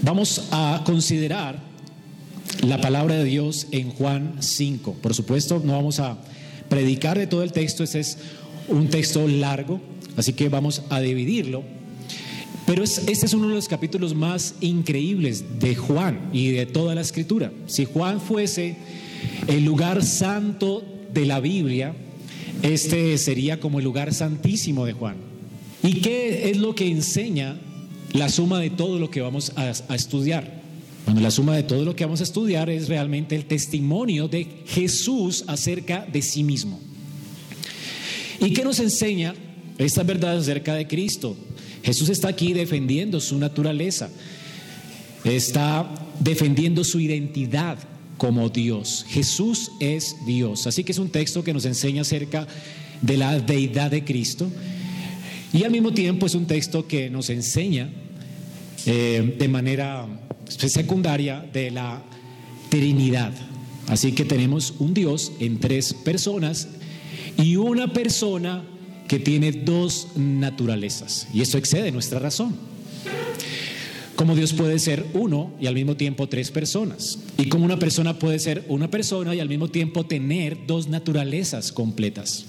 Vamos a considerar la palabra de Dios en Juan 5. Por supuesto, no vamos a predicar de todo el texto, ese es un texto largo, así que vamos a dividirlo. Pero este es uno de los capítulos más increíbles de Juan y de toda la Escritura. Si Juan fuese el lugar santo de la Biblia, este sería como el lugar santísimo de Juan. ¿Y qué es lo que enseña la suma de todo lo que vamos a estudiar? Bueno, la suma de todo lo que vamos a estudiar es realmente el testimonio de Jesús acerca de sí mismo. ¿Y qué nos enseña esta verdad acerca de Cristo? Jesús está aquí defendiendo su naturaleza, está defendiendo su identidad como Dios. Jesús es Dios, así que es un texto que nos enseña acerca de la deidad de Cristo y al mismo tiempo es un texto que nos enseña de manera secundaria de la Trinidad. Así que tenemos un Dios en tres personas y una persona que tiene dos naturalezas, y esto excede nuestra razón. Cómo Dios puede ser uno y al mismo tiempo tres personas, y cómo una persona puede ser una persona y al mismo tiempo tener dos naturalezas completas.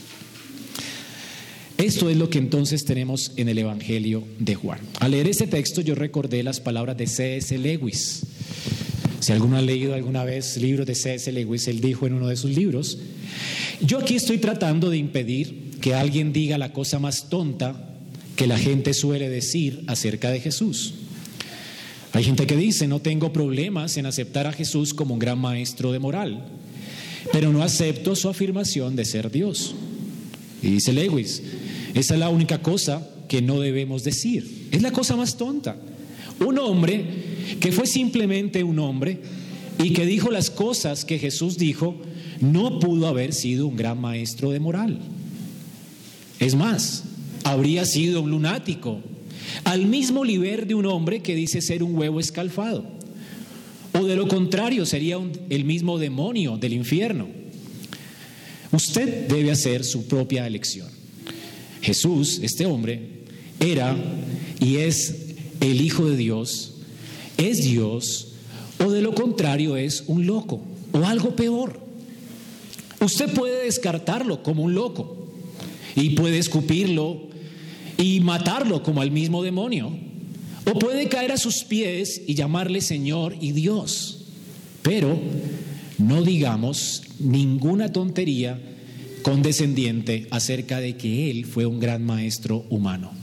Esto es lo que entonces tenemos en el Evangelio de Juan. Al leer este texto yo recordé las palabras de C.S. Lewis. Si alguno ha leído alguna vez libros de C.S. Lewis, él dijo en uno de sus libros: yo aquí estoy tratando de impedir que alguien diga la cosa más tonta que la gente suele decir acerca de Jesús. Hay gente que dice: no tengo problemas en aceptar a Jesús como un gran maestro de moral, pero no acepto su afirmación de ser Dios. Y dice Lewis: esa es la única cosa que no debemos decir. Es la cosa más tonta. Un hombre que fue simplemente un hombre y que dijo las cosas que Jesús dijo, no pudo haber sido un gran maestro de moral. Es más, habría sido un lunático, al mismo nivel de un hombre que dice ser un huevo escalfado. O de lo contrario, sería el mismo demonio del infierno. Usted debe hacer su propia elección. Jesús, este hombre, era y es el Hijo de Dios, es Dios, o de lo contrario es un loco, o algo peor. Usted puede descartarlo como un loco, y puede escupirlo y matarlo como al mismo demonio, o puede caer a sus pies y llamarle Señor y Dios. Pero no digamos ninguna tontería condescendiente acerca de que Él fue un gran maestro humano.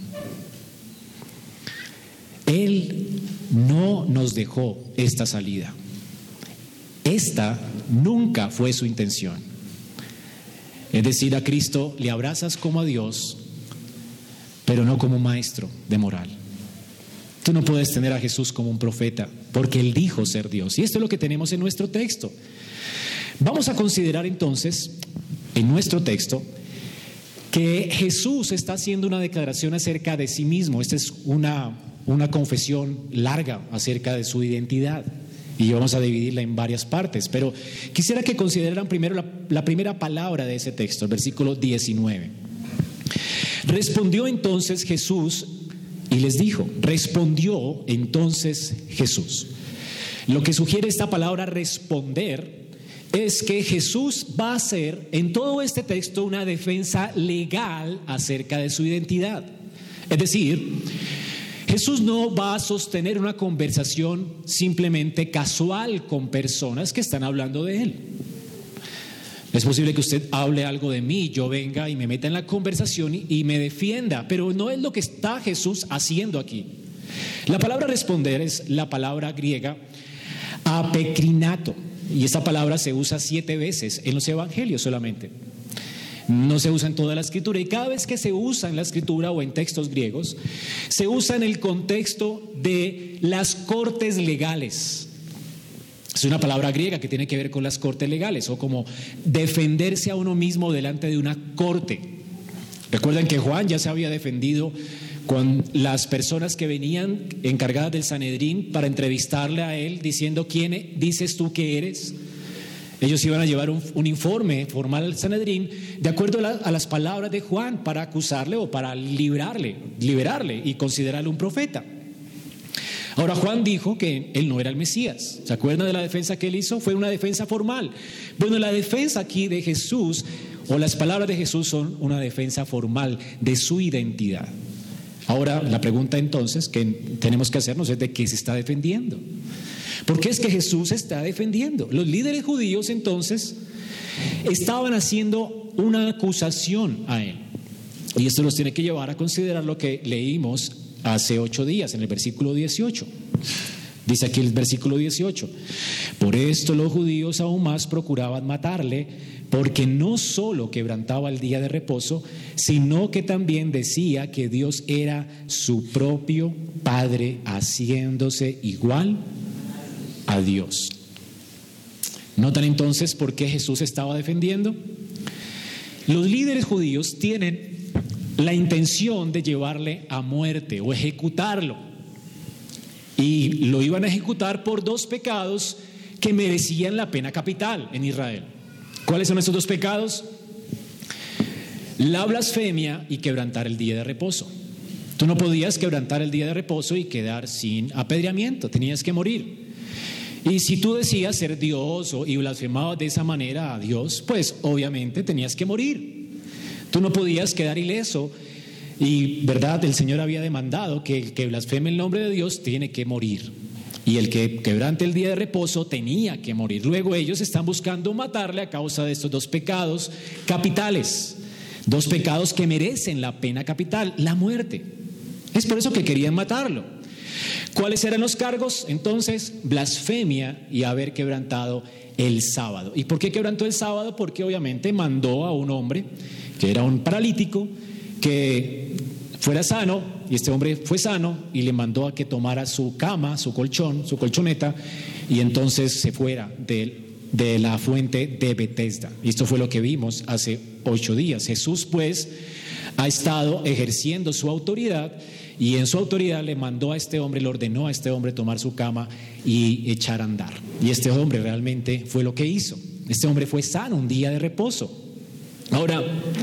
Él no nos dejó esta salida. Esta nunca fue su intención. Es decir, a Cristo le abrazas como a Dios, pero no como maestro de moral. Tú no puedes tener a Jesús como un profeta, porque Él dijo ser Dios. Y esto es lo que tenemos en nuestro texto. Vamos a considerar entonces, en nuestro texto, que Jesús está haciendo una declaración acerca de sí mismo. Esta es una confesión larga acerca de su identidad. Y vamos a dividirla en varias partes, pero quisiera que consideraran primero la primera palabra de ese texto, el versículo 19. Respondió entonces Jesús y les dijo. Respondió entonces Jesús. Lo que sugiere esta palabra responder es que Jesús va a hacer en todo este texto una defensa legal acerca de su identidad. Es decir, Jesús no va a sostener una conversación simplemente casual con personas que están hablando de Él. Es posible que usted hable algo de mí, yo venga y me meta en la conversación y me defienda, pero no es lo que está Jesús haciendo aquí. La palabra responder es la palabra griega apekrinato, y esta palabra se usa 7 veces en los evangelios solamente. No se usa en toda la escritura, y cada vez que se usa en la escritura o en textos griegos, se usa en el contexto de las cortes legales. Es una palabra griega que tiene que ver con las cortes legales, o como defenderse a uno mismo delante de una corte. Recuerden que Juan ya se había defendido con las personas que venían encargadas del Sanedrín para entrevistarle a él, diciendo: ¿quién dices tú que eres? Ellos iban a llevar un informe formal al Sanedrín de acuerdo a las palabras de Juan para acusarle o para liberarle y considerarle un profeta. Ahora, Juan dijo que él no era el Mesías. ¿Se acuerdan de la defensa que él hizo? Fue una defensa formal. Bueno, la defensa aquí de Jesús, o las palabras de Jesús, son una defensa formal de su identidad. Ahora, la pregunta entonces que tenemos que hacernos es: ¿de qué se está defendiendo? ¿Por qué es que Jesús se está defendiendo? Los líderes judíos entonces estaban haciendo una acusación a él. Y esto nos tiene que llevar a considerar lo que leímos hace 8 días en el versículo 18. Dice aquí el versículo 18: por esto los judíos aún más procuraban matarle, porque no solo quebrantaba el día de reposo, sino que también decía que Dios era su propio Padre, haciéndose igual a Dios. ¿Notan entonces por qué Jesús estaba defendiendo? Los líderes judíos tienen la intención de llevarle a muerte o ejecutarlo, y lo iban a ejecutar por 2 pecados que merecían la pena capital en Israel. ¿Cuáles son esos 2 pecados? La blasfemia y quebrantar el día de reposo. Tú no podías quebrantar el día de reposo y quedar sin apedreamiento, tenías que morir. Y si tú decías ser Dios y blasfemabas de esa manera a Dios, pues obviamente tenías que morir. Tú no podías quedar ileso, y verdad, el Señor había demandado que el que blasfeme el nombre de Dios tiene que morir, y el que quebrante el día de reposo tenía que morir. Luego ellos están buscando matarle a causa de estos 2 pecados capitales, 2 pecados que merecen la pena capital, la muerte. Es por eso que querían matarlo. ¿Cuáles eran los cargos? Entonces, blasfemia y haber quebrantado el sábado. ¿Y por qué quebrantó el sábado? Porque obviamente mandó a un hombre que era un paralítico que fuera sano, y este hombre fue sano, y le mandó a que tomara su cama, su colchón, su colchoneta, y entonces se fuera de la fuente de Betesda. Y esto fue lo que vimos hace 8 días. Jesús pues ha estado ejerciendo su autoridad, y en su autoridad le mandó a este hombre, le ordenó a este hombre tomar su cama y echar a andar. Y este hombre realmente fue lo que hizo. Este hombre fue sano, un día de reposo. Ahora,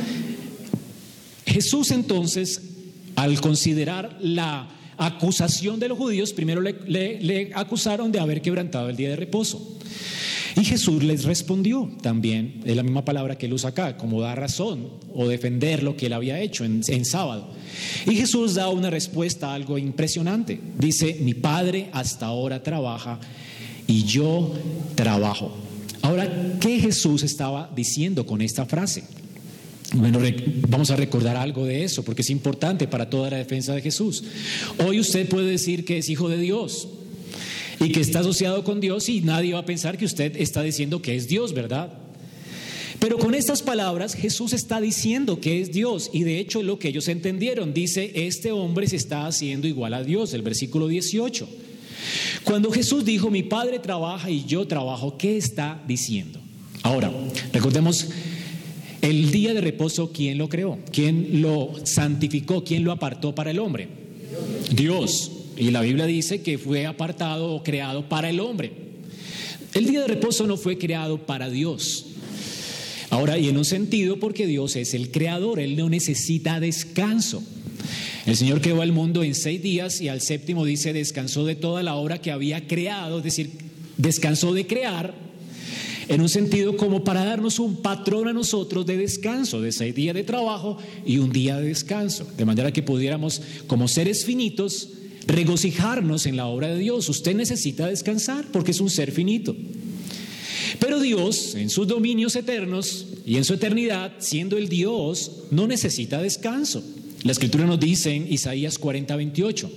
Jesús entonces, al considerar la acusación de los judíos, primero le acusaron de haber quebrantado el día de reposo. Y Jesús les respondió también, es la misma palabra que él usa acá, como dar razón o defender lo que él había hecho en sábado. Y Jesús da una respuesta algo impresionante. Dice: mi Padre hasta ahora trabaja y yo trabajo. Ahora, ¿qué Jesús estaba diciendo con esta frase? Bueno, vamos a recordar algo de eso, porque es importante para toda la defensa de Jesús. Hoy usted puede decir que es hijo de Dios y que está asociado con Dios, y nadie va a pensar que usted está diciendo que es Dios, ¿verdad? Pero con estas palabras Jesús está diciendo que es Dios, y de hecho lo que ellos entendieron, dice: este hombre se está haciendo igual a Dios, el versículo 18. Cuando Jesús dijo: mi Padre trabaja y yo trabajo, ¿qué está diciendo? Ahora, recordemos el día de reposo. ¿Quién lo creó? ¿Quién lo santificó? ¿Quién lo apartó para el hombre? Dios. Y la Biblia dice que fue apartado o creado para el hombre. El día de reposo no fue creado para Dios. Ahora, y en un sentido, porque Dios es el creador, Él no necesita descanso. El Señor creó al mundo en 6 días, y al 7º dice descansó de toda la obra que había creado, es decir, descansó de crear, en un sentido como para darnos un patrón a nosotros de descanso, de 6 días de trabajo y 1 día de descanso, de manera que pudiéramos, como seres finitos, regocijarnos en la obra de Dios. Usted necesita descansar porque es un ser finito. Pero Dios, en sus dominios eternos y en su eternidad, siendo el Dios, no necesita descanso. La Escritura nos dice en Isaías 40:28: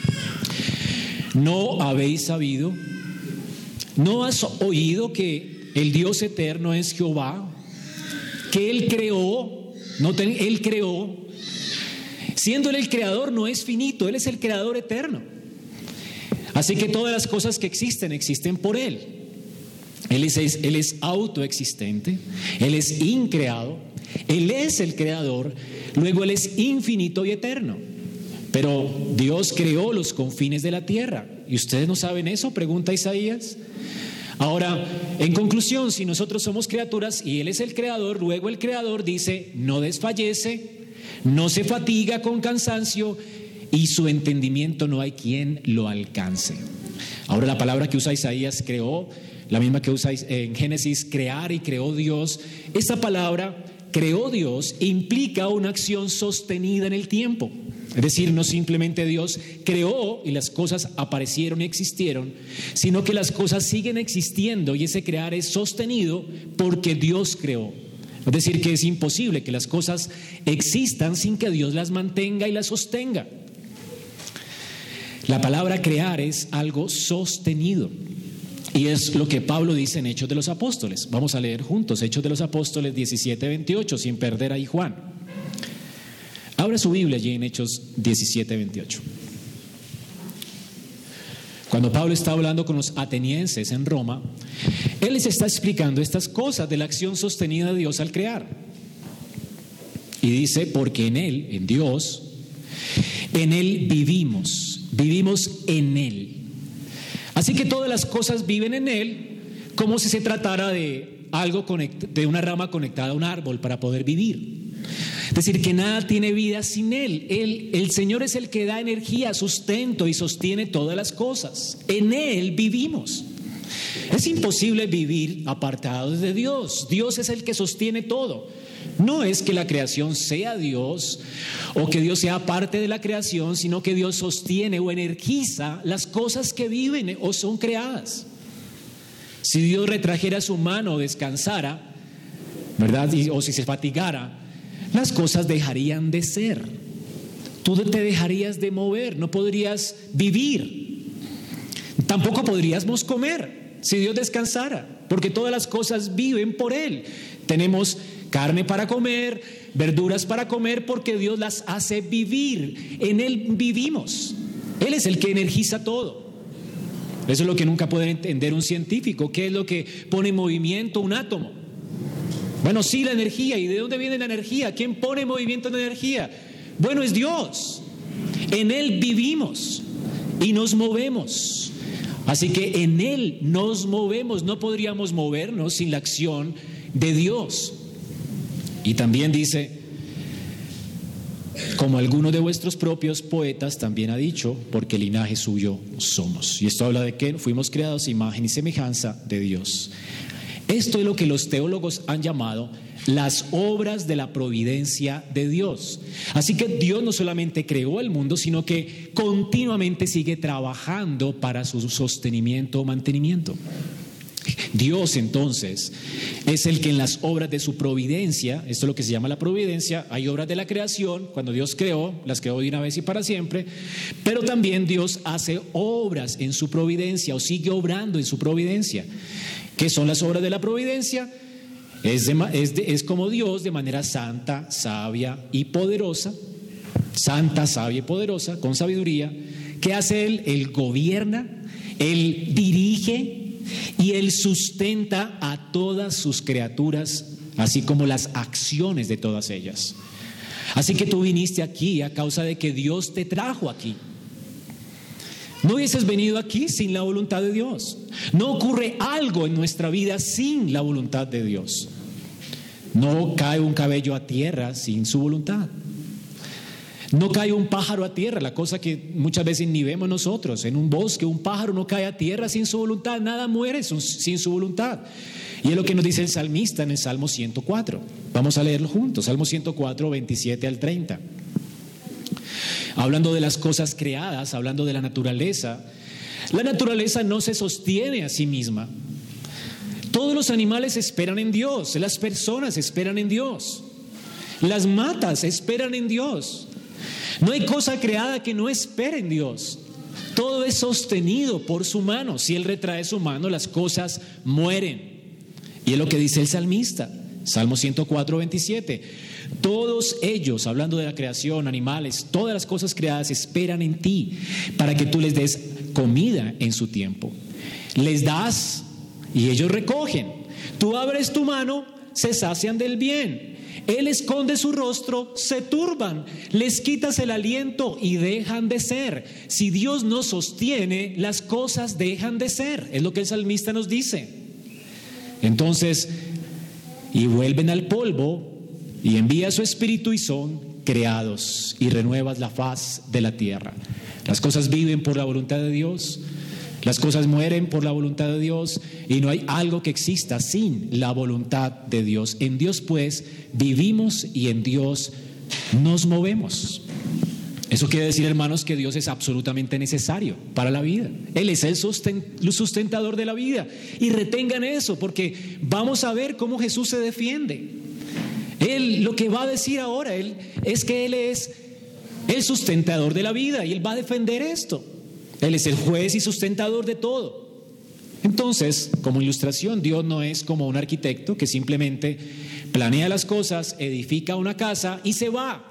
¿no habéis sabido? ¿No has oído que el Dios eterno es Jehová? Que Él creó, Él creó. Siendo Él el creador, no es finito, Él es el creador eterno. Así que todas las cosas que existen por Él. Él es autoexistente, Él es increado, Él es el creador, luego Él es infinito y eterno. Pero Dios creó los confines de la tierra. ¿Y ustedes no saben eso?, pregunta Isaías. Ahora, en conclusión, si nosotros somos criaturas y Él es el creador, luego el creador dice: no desfallece, no se fatiga con cansancio y su entendimiento no hay quien lo alcance. Ahora la palabra que usa Isaías, creó, la misma que usa en Génesis, crear, y creó Dios. Esta palabra, creó Dios, implica una acción sostenida en el tiempo. Es decir, no simplemente Dios creó y las cosas aparecieron y existieron, sino que las cosas siguen existiendo y ese crear es sostenido porque Dios creó. Es decir, que es imposible que las cosas existan sin que Dios las mantenga y las sostenga. La palabra crear es algo sostenido. Y es lo que Pablo dice en Hechos de los Apóstoles. Vamos a leer juntos Hechos de los Apóstoles 17:28, sin perder ahí Juan. Abra su Biblia allí en Hechos 17:28. Cuando Pablo está hablando con los atenienses en Roma, él les está explicando estas cosas de la acción sostenida de Dios al crear. Y dice, porque en Él, en Dios, en Él vivimos en Él. Así que todas las cosas viven en Él, como si se tratara de algo de una rama conectada a un árbol para poder vivir. Es decir, que nada tiene vida sin Él. El Señor es el que da energía, sustento y sostiene todas las cosas. En Él vivimos. Es imposible vivir apartados de Dios. Dios es el que sostiene todo. No es que la creación sea Dios o que Dios sea parte de la creación, sino que Dios sostiene o energiza las cosas que viven o son creadas. Si Dios retrajera su mano o descansara, ¿verdad? O si se fatigara, las cosas dejarían de ser. Tú te dejarías de mover, no podrías vivir. Tampoco podríamos comer si Dios descansara, porque todas las cosas viven por Él. Tenemos carne para comer, verduras para comer, porque Dios las hace vivir. En Él vivimos. Él es el que energiza todo. Eso es lo que nunca puede entender un científico. ¿Qué es lo que pone en movimiento un átomo? Bueno, sí, la energía. ¿Y de dónde viene la energía? ¿Quién pone en movimiento la energía? Bueno, es Dios. En Él vivimos y nos movemos. Así que en Él nos movemos. No podríamos movernos sin la acción de Dios. Y también dice, como alguno de vuestros propios poetas también ha dicho, porque linaje suyo somos. Y esto habla de que fuimos creados a imagen y semejanza de Dios. Esto es lo que los teólogos han llamado las obras de la providencia de Dios. Así que Dios no solamente creó el mundo, sino que continuamente sigue trabajando para su sostenimiento o mantenimiento. Dios entonces es el que en las obras de su providencia, esto es lo que se llama la providencia, hay obras de la creación, cuando Dios creó, las creó de una vez y para siempre, pero también Dios hace obras en su providencia o sigue obrando en su providencia. ¿Qué son las obras de la providencia? Es como Dios de manera santa, sabia y poderosa, con sabiduría. ¿Qué hace Él? Él gobierna, Él dirige y Él sustenta a todas sus criaturas, así como las acciones de todas ellas. Así que tú viniste aquí a causa de que Dios te trajo aquí. No hubieses venido aquí sin la voluntad de Dios. No ocurre algo en nuestra vida sin la voluntad de Dios. No cae un cabello a tierra sin su voluntad. No cae un pájaro a tierra, la cosa que muchas veces ni vemos nosotros. En un bosque un pájaro no cae a tierra sin su voluntad, nada muere sin su voluntad. Y es lo que nos dice el salmista en el Salmo 104. Vamos a leerlo juntos, Salmo 104, 27 al 30. Hablando de las cosas creadas, hablando de la naturaleza no se sostiene a sí misma. Todos los animales esperan en Dios, las personas esperan en Dios, las matas esperan en Dios. No hay cosa creada que no espere en Dios. Todo es sostenido por su mano. Si Él retrae su mano, las cosas mueren. Y es lo que dice el salmista, Salmo 104, 27. Todos ellos, hablando de la creación, animales, todas las cosas creadas esperan en ti para que tú les des comida en su tiempo. Les das y ellos recogen. Tú abres tu mano, se sacian del bien. Él esconde su rostro, se turban, les quitas el aliento y dejan de ser. Si Dios no sostiene, las cosas dejan de ser. Es lo que el salmista nos dice. Entonces, y vuelven al polvo y envía su espíritu y son creados y renuevas la faz de la tierra. Las cosas viven por la voluntad de Dios, las cosas mueren por la voluntad de Dios, y no hay algo que exista sin la voluntad de Dios. En Dios, pues, vivimos y en Dios nos movemos. Eso quiere decir, hermanos, que Dios es absolutamente necesario para la vida. Él es el sustentador de la vida. Y retengan eso, porque vamos a ver cómo Jesús se defiende. Él lo que va a decir ahora es que Él es el sustentador de la vida y Él va a defender esto. Él es el juez y sustentador de todo. Entonces, como ilustración, Dios no es como un arquitecto que simplemente planea las cosas, edifica una casa y se va.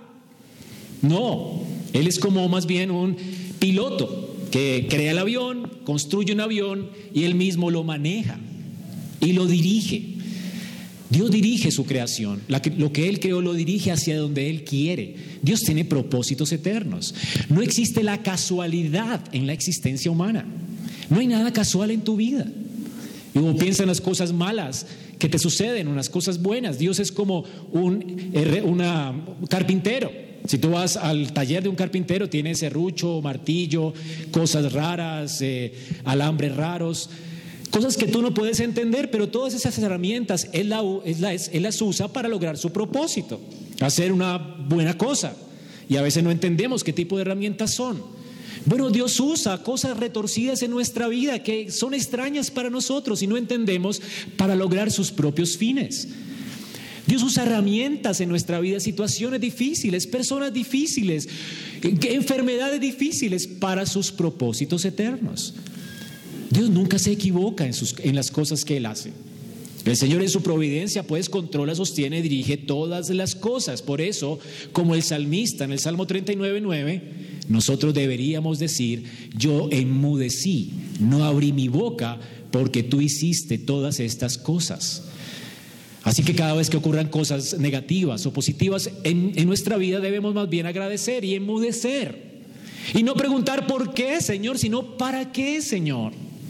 No, Él es como más bien un piloto que crea el avión, construye un avión y Él mismo lo maneja y lo dirige. Dios dirige su creación, lo que Él creó lo dirige hacia donde Él quiere. Dios tiene propósitos eternos. No existe la casualidad en la existencia humana. No hay nada casual en tu vida. Y uno piensa en las cosas malas que te suceden, unas cosas buenas. Dios es como un carpintero. Si tú vas al taller de un carpintero, tiene serrucho, martillo, cosas raras, alambres raros, cosas que tú no puedes entender, pero todas esas herramientas Él las usa para lograr su propósito, hacer una buena cosa. Y a veces no entendemos qué tipo de herramientas son. Bueno, Dios usa cosas retorcidas en nuestra vida que son extrañas para nosotros y no entendemos, para lograr sus propios fines. Dios usa herramientas en nuestra vida, situaciones difíciles, personas difíciles, enfermedades difíciles para sus propósitos eternos. Dios nunca se equivoca en las cosas que Él hace. El Señor en su providencia pues controla, sostiene, dirige todas las cosas. Por eso, como el salmista en el Salmo 39:9, nosotros deberíamos decir: yo enmudecí, no abrí mi boca, porque tú hiciste todas estas cosas. Así que cada vez que ocurran cosas negativas o positivas en nuestra vida, debemos más bien agradecer y enmudecer. Y no preguntar ¿por qué, Señor?, sino ¿para qué, Señor?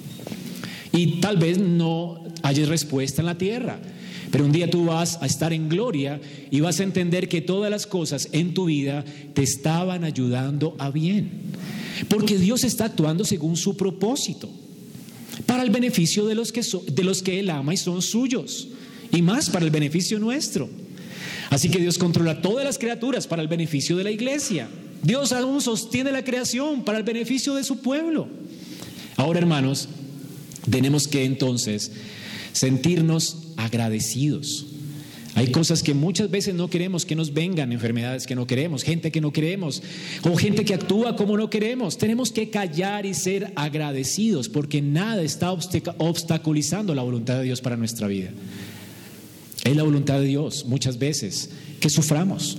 Y tal vez no haya respuesta en la tierra, pero un día tú vas a estar en gloria y vas a entender que todas las cosas en tu vida te estaban ayudando a bien, porque Dios está actuando según su propósito, para el beneficio de los que Él ama y son suyos, y más para el beneficio nuestro. Así que Dios controla todas las criaturas para el beneficio de la iglesia. Dios aún sostiene la creación para el beneficio de su pueblo. Ahora, hermanos, tenemos que entonces sentirnos agradecidos. Hay cosas que muchas veces no queremos que nos vengan, enfermedades que no queremos, gente que no queremos, o gente que actúa como no queremos. Tenemos que callar y ser agradecidos, porque nada está obstaculizando la voluntad de Dios para nuestra vida. Es la voluntad de Dios muchas veces que suframos,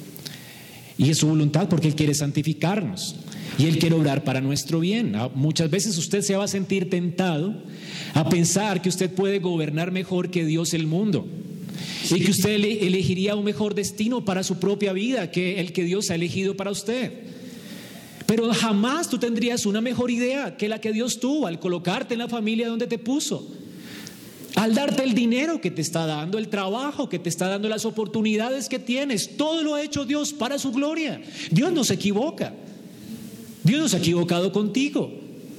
y es su voluntad porque Él quiere santificarnos y Él quiere obrar para nuestro bien. Muchas veces usted se va a sentir tentado a pensar que usted puede gobernar mejor que Dios el mundo, y que usted elegiría un mejor destino para su propia vida que el que Dios ha elegido para usted. Pero jamás tú tendrías una mejor idea que la que Dios tuvo al colocarte en la familia donde te puso, al darte el dinero que te está dando, el trabajo que te está dando, las oportunidades que tienes. Todo lo ha hecho Dios para su gloria. Dios no se equivoca. Dios no se ha equivocado contigo.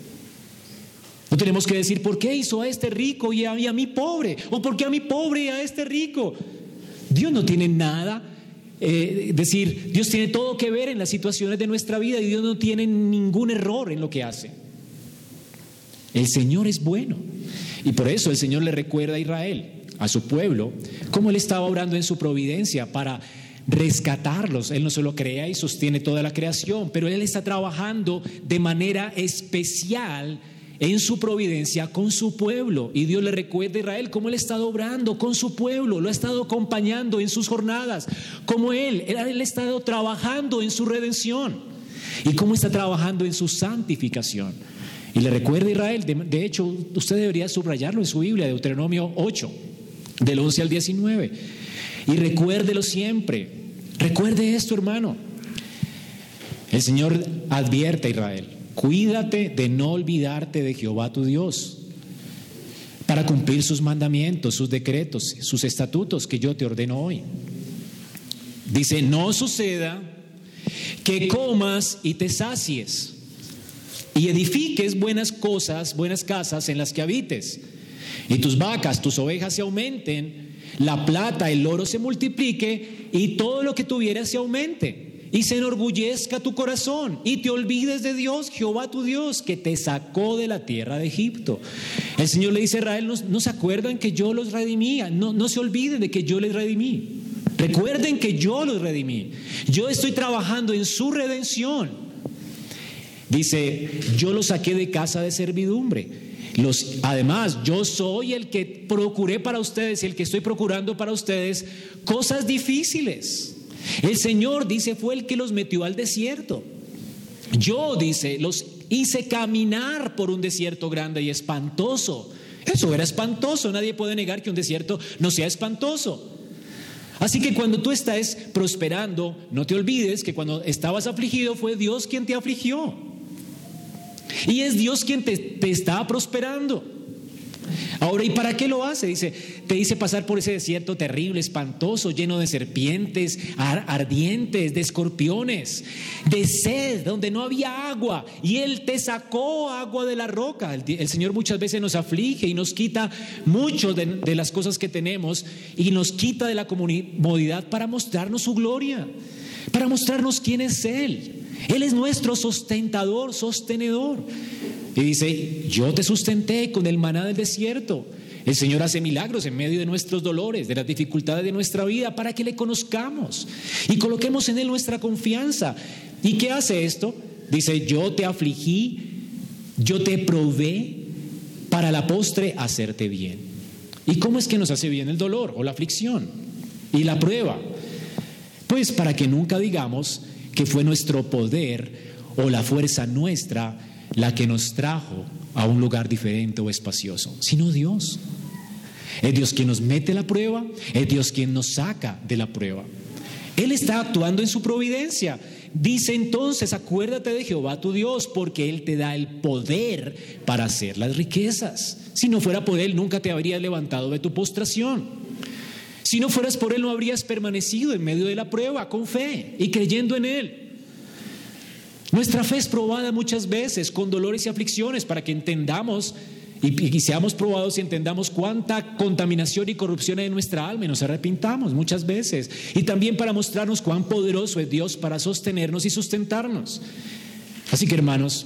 No tenemos que decir ¿por qué hizo a este rico y a mí pobre? ¿O por qué a mí pobre y a este rico? Dios no tiene nada. Dios tiene todo que ver en las situaciones de nuestra vida, y Dios no tiene ningún error en lo que hace. El Señor es bueno. Y por eso el Señor le recuerda a Israel, a su pueblo, cómo Él estaba obrando en su providencia para rescatarlos. Él no solo crea y sostiene toda la creación, pero Él está trabajando de manera especial en su providencia con su pueblo. Y Dios le recuerda a Israel cómo Él ha estado obrando con su pueblo, lo ha estado acompañando en sus jornadas, cómo Él ha estado trabajando en su redención y cómo está trabajando en su santificación. Y le recuerda a Israel, de hecho usted debería subrayarlo en su Biblia, Deuteronomio 8, del 11 al 19, y recuérdelo siempre. Recuerde esto, hermano. El Señor advierte a Israel: cuídate de no olvidarte de Jehová tu Dios, para cumplir sus mandamientos, sus decretos, sus estatutos que yo te ordeno hoy. Dice, no suceda que comas y te sacies y edifiques buenas cosas, buenas casas en las que habites, y tus vacas, tus ovejas se aumenten, la plata, el oro se multiplique, y todo lo que tuvieras se aumente, y se enorgullezca tu corazón, y te olvides de Dios, Jehová tu Dios, que te sacó de la tierra de Egipto. El Señor le dice a Israel, no se acuerdan que yo los redimía, no se olviden de que yo les redimí. Recuerden que yo los redimí. Yo estoy trabajando en su redención. Dice, yo los saqué de casa de servidumbre. Además, yo soy el que procuré para ustedes, el que estoy procurando para ustedes cosas difíciles. El Señor, dice, fue el que los metió al desierto. Yo, dice, los hice caminar por un desierto grande y espantoso. Eso era espantoso. Nadie puede negar que un desierto no sea espantoso. Así que cuando tú estás prosperando, no te olvides que cuando estabas afligido fue Dios quien te afligió. Y es Dios quien te está prosperando. Ahora, ¿y para qué lo hace? Te dice pasar por ese desierto terrible, espantoso, lleno de serpientes, ardientes, de escorpiones, de sed, donde no había agua. Y Él te sacó agua de la roca. El Señor muchas veces nos aflige y nos quita mucho de las cosas que tenemos y nos quita de la comodidad para mostrarnos su gloria, para mostrarnos quién es Él. Él es nuestro sustentador, sostenedor. Y dice, yo te sustenté con el maná del desierto. El Señor hace milagros en medio de nuestros dolores, de las dificultades de nuestra vida, para que le conozcamos y coloquemos en Él nuestra confianza. ¿Y qué hace esto? Dice, yo te afligí, yo te probé para la postre hacerte bien. ¿Y cómo es que nos hace bien el dolor o la aflicción y la prueba? Pues para que nunca digamos que fue nuestro poder o la fuerza nuestra la que nos trajo a un lugar diferente o espacioso, sino Dios. Es Dios quien nos mete la prueba, es Dios quien nos saca de la prueba. Él está actuando en su providencia. Dice entonces, acuérdate de Jehová tu Dios, porque Él te da el poder para hacer las riquezas. Si no fuera por Él, nunca te habrías levantado de tu postración. Si no fueras por Él, no habrías permanecido en medio de la prueba con fe y creyendo en Él. Nuestra fe es probada muchas veces con dolores y aflicciones para que entendamos y seamos probados y entendamos cuánta contaminación y corrupción hay en nuestra alma y nos arrepintamos muchas veces. Y también para mostrarnos cuán poderoso es Dios para sostenernos y sustentarnos. Así que, hermanos,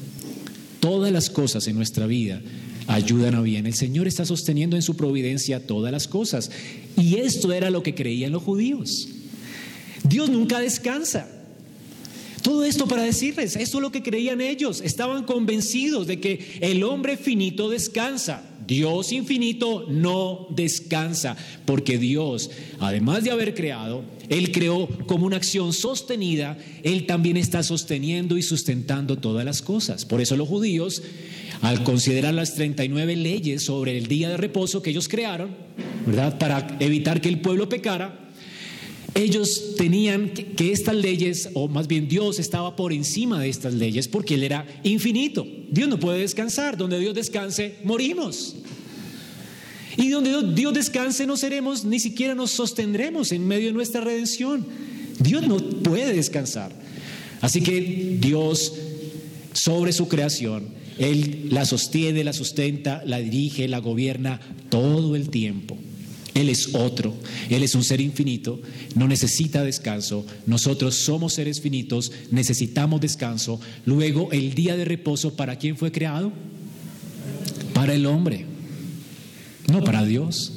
todas las cosas en nuestra vida ayudan a bien. El Señor está sosteniendo en su providencia todas las cosas. Y esto era lo que creían los judíos. Dios nunca descansa. Todo esto para decirles, esto es lo que creían ellos. Estaban convencidos de que el hombre finito descansa. Dios infinito no descansa, porque Dios, además de haber creado, Él creó como una acción sostenida. Él también está sosteniendo y sustentando todas las cosas. Por eso los judíos, al considerar las 39 leyes sobre el día de reposo que ellos crearon, ¿verdad?, para evitar que el pueblo pecara, ellos tenían que estas leyes, o más bien Dios estaba por encima de estas leyes porque Él era infinito. Dios no puede descansar. Donde Dios descanse, morimos. Y donde Dios descanse, no seremos, ni siquiera nos sostendremos en medio de nuestra redención. Dios no puede descansar. Así que Dios, sobre su creación, Él la sostiene, la sustenta, la dirige, la gobierna todo el tiempo. Él es otro, Él es un ser infinito, no necesita descanso. Nosotros somos seres finitos, necesitamos descanso. Luego, el día de reposo, ¿para quién fue creado? Para el hombre, no para Dios.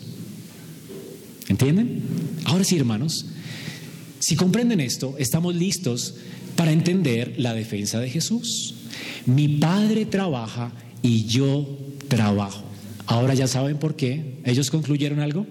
¿Entienden? Ahora sí, hermanos, si comprenden esto, estamos listos para entender la defensa de Jesús. Mi Padre trabaja y yo trabajo. Ahora ya saben por qué. ¿Ellos concluyeron algo?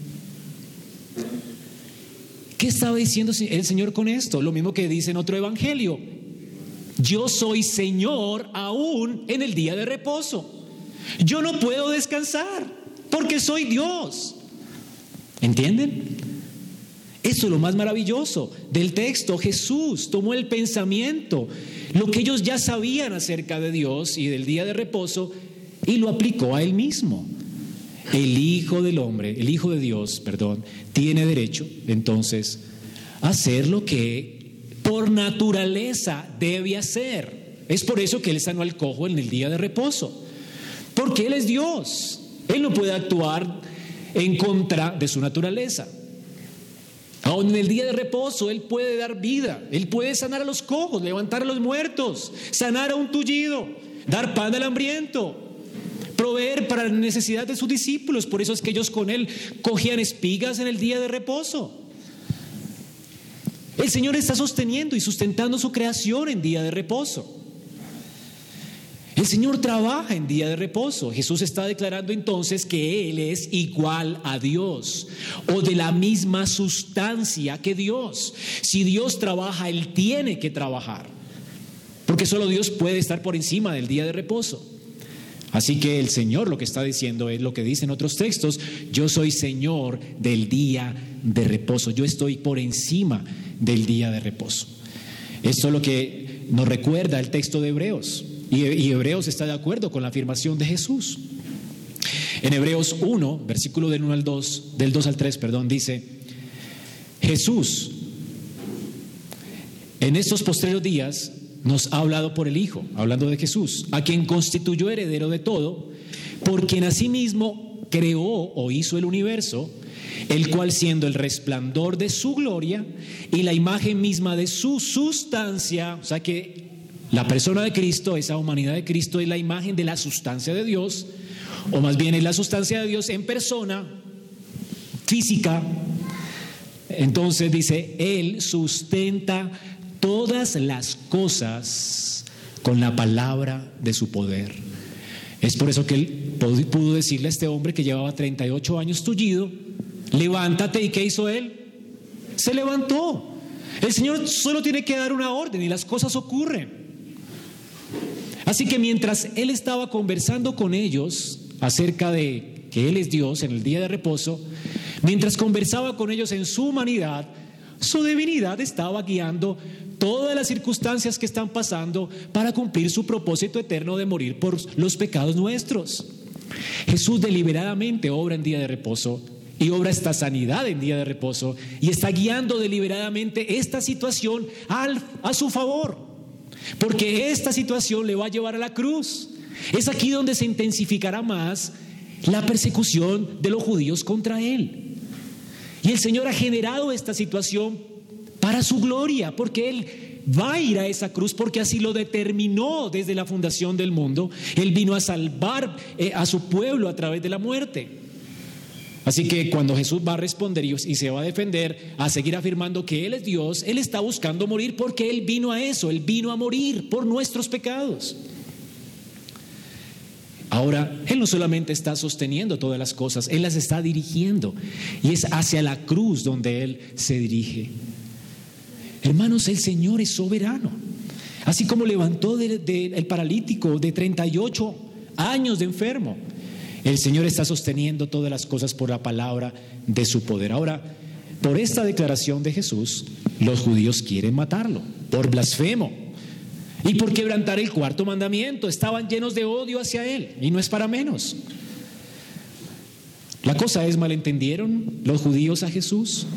¿Qué estaba diciendo el Señor con esto? Lo mismo que dice en otro evangelio. Yo soy Señor aún en el día de reposo. Yo no puedo descansar porque soy Dios. ¿Entienden? Eso es lo más maravilloso del texto. Jesús tomó el pensamiento, lo que ellos ya sabían acerca de Dios y del día de reposo, y lo aplicó a Él mismo. El Hijo del Hombre, el Hijo de Dios, tiene derecho entonces hacer lo que por naturaleza debe hacer. Es por eso que Él sanó al cojo en el día de reposo, porque Él es Dios. Él no puede actuar en contra de su naturaleza. Aún en el día de reposo Él puede dar vida, Él puede sanar a los cojos, levantar a los muertos, sanar a un tullido, dar pan al hambriento, proveer para la necesidad de sus discípulos. Por eso es que ellos con Él cogían espigas en el día de reposo. El Señor está sosteniendo y sustentando su creación en día de reposo. El Señor trabaja en día de reposo. Jesús está declarando entonces que Él es igual a Dios, o de la misma sustancia que Dios. Si Dios trabaja, Él tiene que trabajar, porque solo Dios puede estar por encima del día de reposo. Así que el Señor lo que está diciendo es lo que dicen otros textos: yo soy Señor del día de reposo, yo estoy por encima del día de reposo. Esto es lo que nos recuerda el texto de Hebreos, y Hebreos está de acuerdo con la afirmación de Jesús. En Hebreos 1, versículo del 2 al 3, dice: Jesús en estos postreros días nos ha hablado por el Hijo, hablando de Jesús, a quien constituyó heredero de todo, por quien asimismo creó o hizo el universo, el cual, siendo el resplandor de su gloria y la imagen misma de su sustancia, o sea que la persona de Cristo, esa humanidad de Cristo, es la imagen de la sustancia de Dios, o más bien es la sustancia de Dios en persona física. Entonces dice: Él sustenta todas las cosas con la palabra de su poder. Es por eso que Él pudo decirle a este hombre que llevaba 38 años tullido: levántate. ¿Y qué hizo él? Se levantó. El Señor solo tiene que dar una orden y las cosas ocurren. Así que mientras Él estaba conversando con ellos acerca de que Él es Dios en el día de reposo, mientras conversaba con ellos en su humanidad, su divinidad estaba guiando todas las circunstancias que están pasando para cumplir su propósito eterno de morir por los pecados nuestros. Jesús deliberadamente obra en día de reposo y obra esta sanidad en día de reposo, y está guiando deliberadamente esta situación a su favor, porque esta situación le va a llevar a la cruz. Es aquí donde se intensificará más la persecución de los judíos contra Él. Y el Señor ha generado esta situación para su gloria, porque Él va a ir a esa cruz, porque así lo determinó desde la fundación del mundo. Él vino a salvar a su pueblo a través de la muerte. Así que cuando Jesús va a responder y se va a defender, a seguir afirmando que Él es Dios, Él está buscando morir, porque Él vino a eso, Él vino a morir por nuestros pecados. Ahora, Él no solamente está sosteniendo todas las cosas, Él las está dirigiendo, y es hacia la cruz donde Él se dirige. Hermanos, el Señor es soberano. Así como levantó el paralítico de 38 años de enfermo, el Señor está sosteniendo todas las cosas por la palabra de su poder. Ahora, por esta declaración de Jesús, los judíos quieren matarlo por blasfemo y por quebrantar el cuarto mandamiento. Estaban llenos de odio hacia Él, y no es para menos. La cosa es, ¿malentendieron los judíos a Jesús?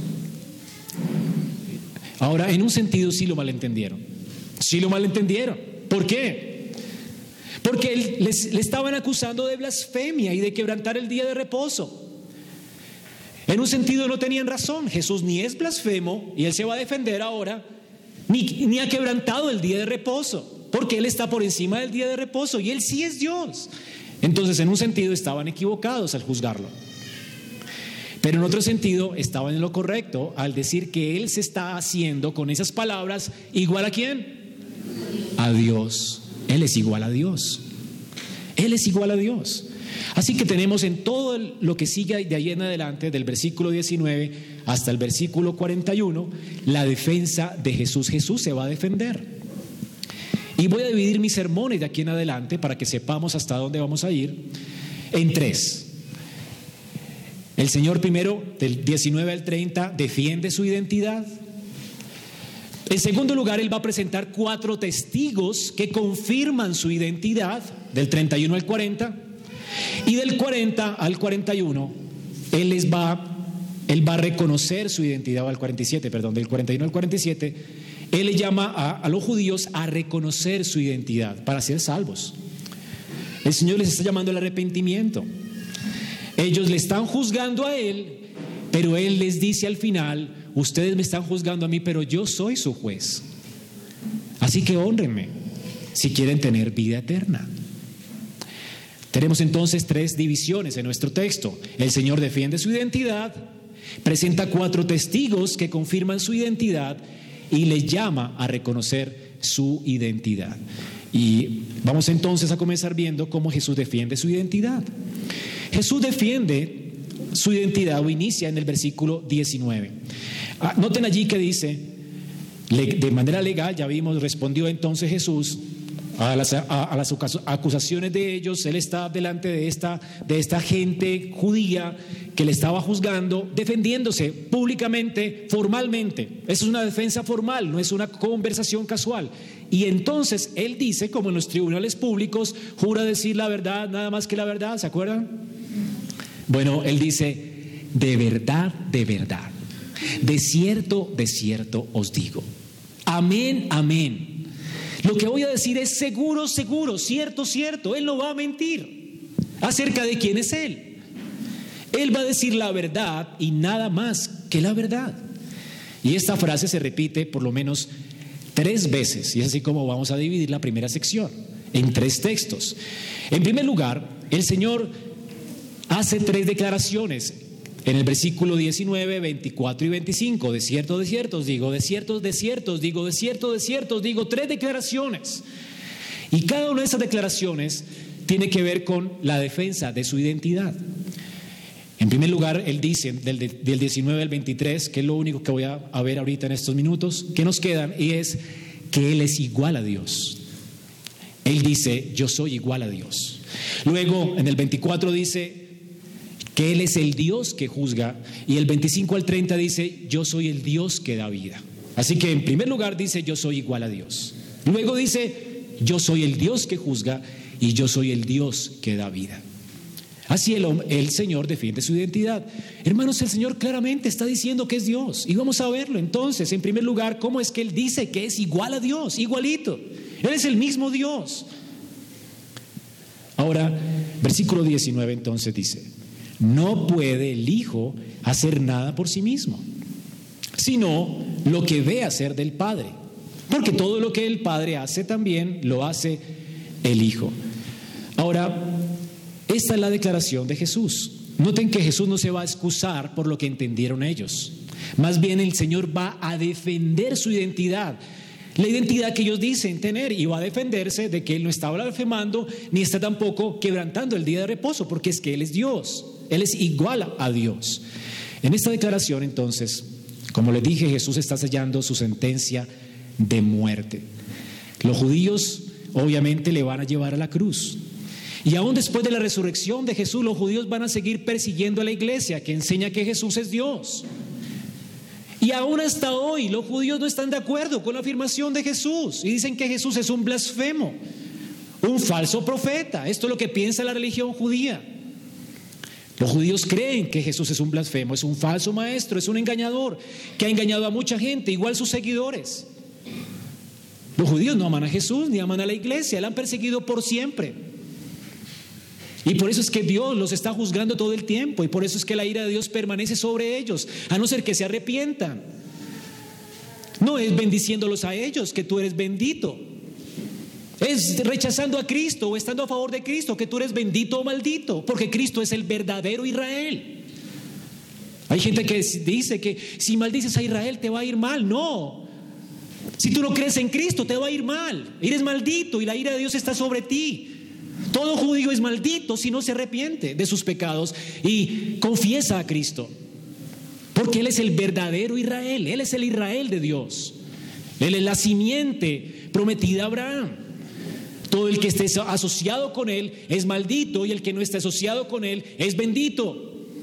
Ahora, en un sentido sí lo malentendieron. Sí lo malentendieron. ¿Por qué? Porque le estaban acusando de blasfemia y de quebrantar el día de reposo. En un sentido no tenían razón. Jesús ni es blasfemo, y Él se va a defender ahora, ni ha quebrantado el día de reposo, porque Él está por encima del día de reposo y Él sí es Dios. Entonces, en un sentido estaban equivocados al juzgarlo, pero en otro sentido estaban en lo correcto al decir que Él se está haciendo con esas palabras igual a ¿quién? A Dios. Él es igual a Dios. Él es igual a Dios. Así que tenemos en todo lo que sigue de ahí en adelante, del versículo 19 hasta el versículo 41, la defensa de Jesús. Jesús se va a defender. Y voy a dividir mis sermones de aquí en adelante para que sepamos hasta dónde vamos a ir en 3. El Señor primero, del 19 al 30, defiende su identidad. En segundo lugar, Él va a presentar 4 testigos que confirman su identidad, del 31 al 40. Y del 40 al 41, Él les va Él va a reconocer su identidad, del 41 al 47, Él le llama a los judíos a reconocer su identidad para ser salvos. El Señor les está llamando al arrepentimiento. Ellos le están juzgando a Él, pero Él les dice al final: ustedes me están juzgando a mí, pero yo soy su juez. Así que hónrenme si quieren tener vida eterna. Tenemos entonces 3 divisiones en nuestro texto. El Señor defiende su identidad, presenta 4 testigos que confirman su identidad y les llama a reconocer su identidad. Y vamos entonces a comenzar viendo cómo Jesús defiende su identidad. Jesús defiende su identidad o inicia en el versículo 19. Noten allí que dice, de manera legal, ya vimos, respondió entonces Jesús a las acusaciones de ellos. Él está delante de esta gente judía que le estaba juzgando, defendiéndose públicamente, formalmente. Eso es una defensa formal, no es una conversación casual. Y entonces Él dice, como en los tribunales públicos, jura decir la verdad, nada más que la verdad, ¿se acuerdan? Bueno, Él dice, de verdad, de cierto os digo. Amén, amén. Lo que voy a decir es seguro, cierto. Él no va a mentir acerca de quién es Él. Él va a decir la verdad y nada más que la verdad. Y esta frase se repite por lo menos 3 veces, y es así como vamos a dividir la primera sección, en 3 textos. En primer lugar, el Señor hace 3 declaraciones. En el versículo 19, 24 y 25, de cierto os digo, de cierto os digo, 3 declaraciones. Y cada una de esas declaraciones tiene que ver con la defensa de su identidad. En primer lugar, Él dice, del 19 al 23, que es lo único que voy a ver ahorita en estos minutos, que nos quedan, y es que Él es igual a Dios. Él dice, yo soy igual a Dios. Luego, en el 24 dice que Él es el Dios que juzga, y el 25 al 30 dice, yo soy el Dios que da vida. Así que en primer lugar dice, yo soy igual a Dios. Luego dice, yo soy el Dios que juzga y yo soy el Dios que da vida. Así el Señor defiende su identidad. Hermanos, el Señor claramente está diciendo que es Dios, y vamos a verlo entonces. En primer lugar, cómo es que Él dice que es igual a Dios, igualito. Él es el mismo Dios. Ahora, versículo 19 entonces dice, no puede el Hijo hacer nada por sí mismo, sino lo que ve hacer del Padre, porque todo lo que el Padre hace también lo hace el Hijo. Ahora, esta es la declaración de Jesús. Noten que Jesús no se va a excusar por lo que entendieron ellos. Más bien el Señor va a defender su identidad, la identidad que ellos dicen tener, y va a defenderse de que Él no está blasfemando ni está tampoco quebrantando el día de reposo, porque es que Él es Dios. Él es igual a Dios. En esta declaración, entonces, como les dije, Jesús está sellando su sentencia de muerte. Los judíos obviamente le van a llevar a la cruz. Y aún después de la resurrección de Jesús, los judíos van a seguir persiguiendo a la iglesia que enseña que Jesús es Dios. Y aún hasta hoy los judíos no están de acuerdo con la afirmación de Jesús y dicen que Jesús es un blasfemo, un falso profeta. Esto es lo que piensa la religión judía. Los judíos creen que Jesús es un blasfemo, es un falso maestro, es un engañador que ha engañado a mucha gente, igual sus seguidores. Los judíos no aman a Jesús ni aman a la iglesia, la han perseguido por siempre. Y por eso es que Dios los está juzgando todo el tiempo, y por eso es que la ira de Dios permanece sobre ellos, a no ser que se arrepientan. No es bendiciéndolos a ellos que tú eres bendito, es rechazando a Cristo o estando a favor de Cristo que tú eres bendito o maldito, porque Cristo es el verdadero Israel. Hay gente que dice que si maldices a Israel te va a ir mal. No, si tú no crees en Cristo te va a ir mal, eres maldito y la ira de Dios está sobre ti. Todo judío es maldito si no se arrepiente de sus pecados y confiesa a Cristo, porque Él es el verdadero Israel, Él es el Israel de Dios, Él es la simiente prometida a Abraham. Todo el que esté asociado con Él es maldito y el que no esté asociado con Él es bendito.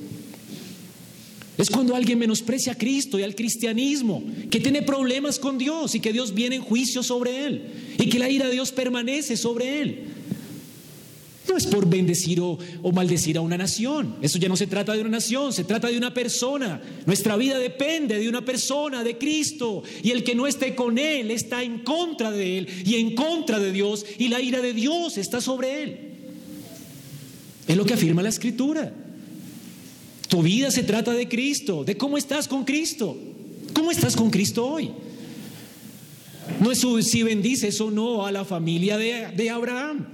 Es cuando alguien menosprecia a Cristo y al cristianismo, que tiene problemas con Dios y que Dios viene en juicio sobre él y que la ira de Dios permanece sobre él. No es por bendecir o maldecir a una nación. Eso ya no se trata de una nación, se trata de una persona. Nuestra vida depende de una persona, de Cristo. Y el que no esté con Él está en contra de Él y en contra de Dios. Y la ira de Dios está sobre Él. Es lo que afirma la Escritura. Tu vida se trata de Cristo, de cómo estás con Cristo. ¿Cómo estás con Cristo hoy? No es si bendices o no a la familia de Abraham.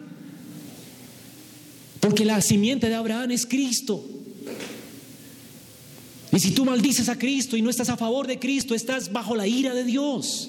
Porque la simiente de Abraham es Cristo. Y si tú maldices a Cristo y no estás a favor de Cristo, estás bajo la ira de Dios.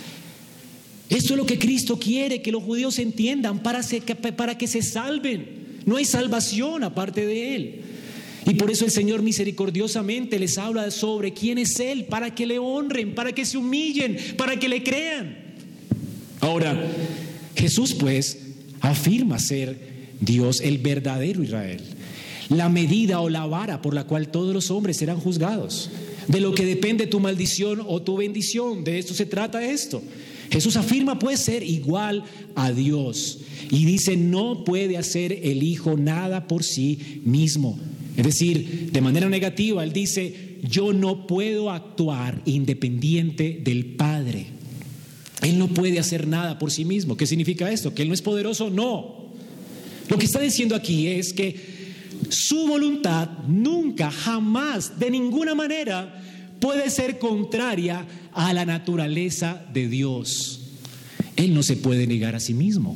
Esto es lo que Cristo quiere que los judíos entiendan para que se salven. No hay salvación aparte de Él. Y por eso el Señor misericordiosamente les habla sobre quién es Él, para que le honren, para que se humillen, para que le crean. Ahora, Jesús pues afirma ser Dios, el verdadero Israel, la medida o la vara por la cual todos los hombres serán juzgados. De lo que depende tu maldición o tu bendición, de esto se trata esto. Jesús afirma pues ser igual a Dios y dice no puede hacer el Hijo nada por sí mismo. Es decir, de manera negativa, Él dice yo no puedo actuar independiente del Padre. Él no puede hacer nada por sí mismo. ¿Qué significa esto? ¿Que Él no es poderoso? No. Lo que está diciendo aquí es que su voluntad nunca, jamás, de ninguna manera puede ser contraria a la naturaleza de Dios. Él no se puede negar a sí mismo.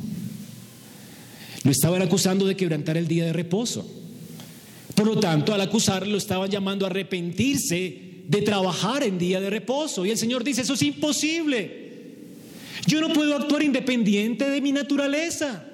Lo estaban acusando de quebrantar el día de reposo. Por lo tanto, al acusarlo, lo estaban llamando a arrepentirse de trabajar en día de reposo. Y el Señor dice, eso es imposible. Yo no puedo actuar independiente de mi naturaleza.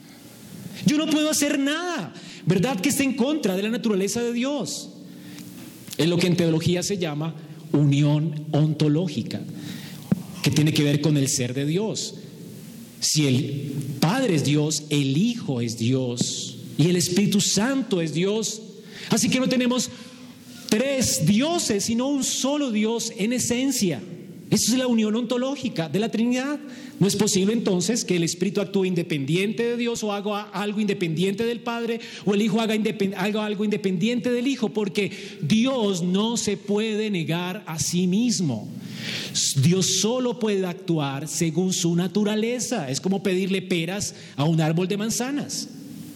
Yo no puedo hacer nada, ¿verdad? Que esté en contra de la naturaleza de Dios. Es lo que en teología se llama unión ontológica, que tiene que ver con el ser de Dios. Si el Padre es Dios, el Hijo es Dios y el Espíritu Santo es Dios. Así que no tenemos tres dioses, sino un solo Dios en esencia. Eso es la unión ontológica de la Trinidad. No es posible entonces que el Espíritu actúe independiente de Dios o haga algo independiente del Padre o el Hijo haga algo independiente del Hijo, porque Dios no se puede negar a sí mismo. Dios solo puede actuar según su naturaleza. Es como pedirle peras a un árbol de manzanas.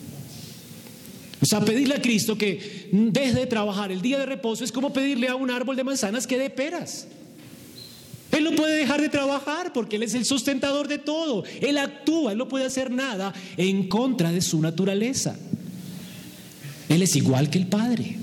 O sea, pedirle a Cristo que deje de trabajar el día de reposo es como pedirle a un árbol de manzanas que dé peras. Él no puede dejar de trabajar porque Él es el sustentador de todo. Él actúa, Él no puede hacer nada en contra de su naturaleza. Él es igual que el Padre.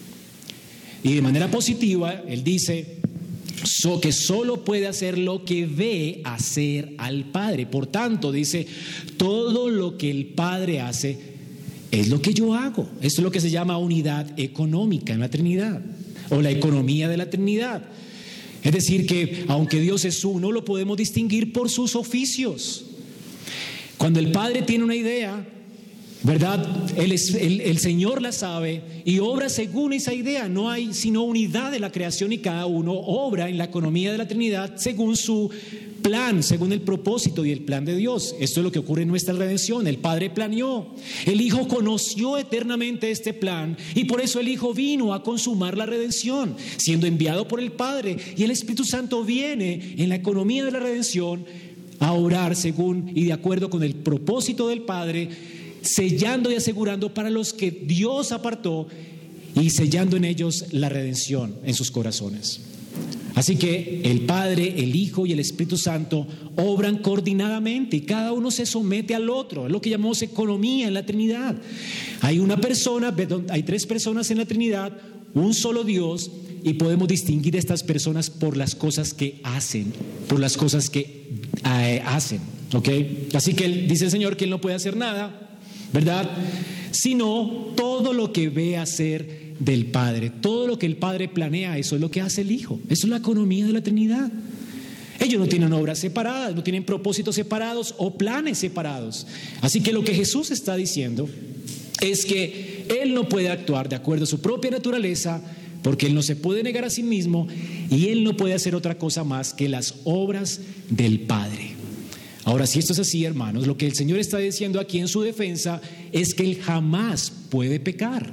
Y de manera positiva, Él dice que solo puede hacer lo que ve hacer al Padre. Por tanto, dice, todo lo que el Padre hace es lo que yo hago. Esto es lo que se llama unidad económica en la Trinidad, o la economía de la Trinidad. Es decir que aunque Dios es uno, lo podemos distinguir por sus oficios. Cuando el Padre tiene una idea, ¿verdad? El Señor la sabe y obra según esa idea. No hay sino unidad de la creación y cada uno obra en la economía de la Trinidad según su plan, según el propósito y el plan de Dios. Esto es lo que ocurre en nuestra redención. El Padre planeó, el Hijo conoció eternamente este plan y por eso el Hijo vino a consumar la redención, siendo enviado por el Padre, y el Espíritu Santo viene en la economía de la redención a orar según y de acuerdo con el propósito del Padre, sellando y asegurando para los que Dios apartó y sellando en ellos la redención en sus corazones. Así que el Padre, el Hijo y el Espíritu Santo obran coordinadamente y cada uno se somete al otro. Es lo que llamamos economía en la Trinidad. Hay una persona, hay tres personas en la Trinidad, un solo Dios, y podemos distinguir a estas personas por las cosas que hacen, por las cosas que hacen. ¿Okay? Así que dice el Señor que Él no puede hacer nada, ¿verdad? Sino todo lo que ve hacer del Padre, todo lo que el Padre planea, eso es lo que hace el Hijo. Eso es la economía de la Trinidad. Ellos no tienen obras separadas, no tienen propósitos separados o planes separados. Así que lo que Jesús está diciendo es que Él no puede actuar de acuerdo a su propia naturaleza, porque Él no se puede negar a sí mismo y Él no puede hacer otra cosa más que las obras del Padre. Ahora, si esto es así, hermanos, lo que el Señor está diciendo aquí en su defensa es que Él jamás puede pecar.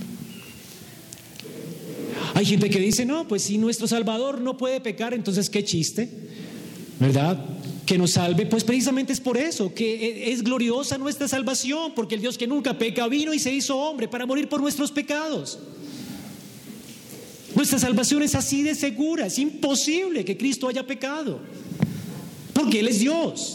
Hay gente que dice, no, pues si nuestro Salvador no puede pecar, entonces qué chiste, ¿verdad? Que nos salve. Pues precisamente es por eso, que es gloriosa nuestra salvación, porque el Dios que nunca peca vino y se hizo hombre para morir por nuestros pecados. Nuestra salvación es así de segura. Es imposible que Cristo haya pecado, porque Él es Dios.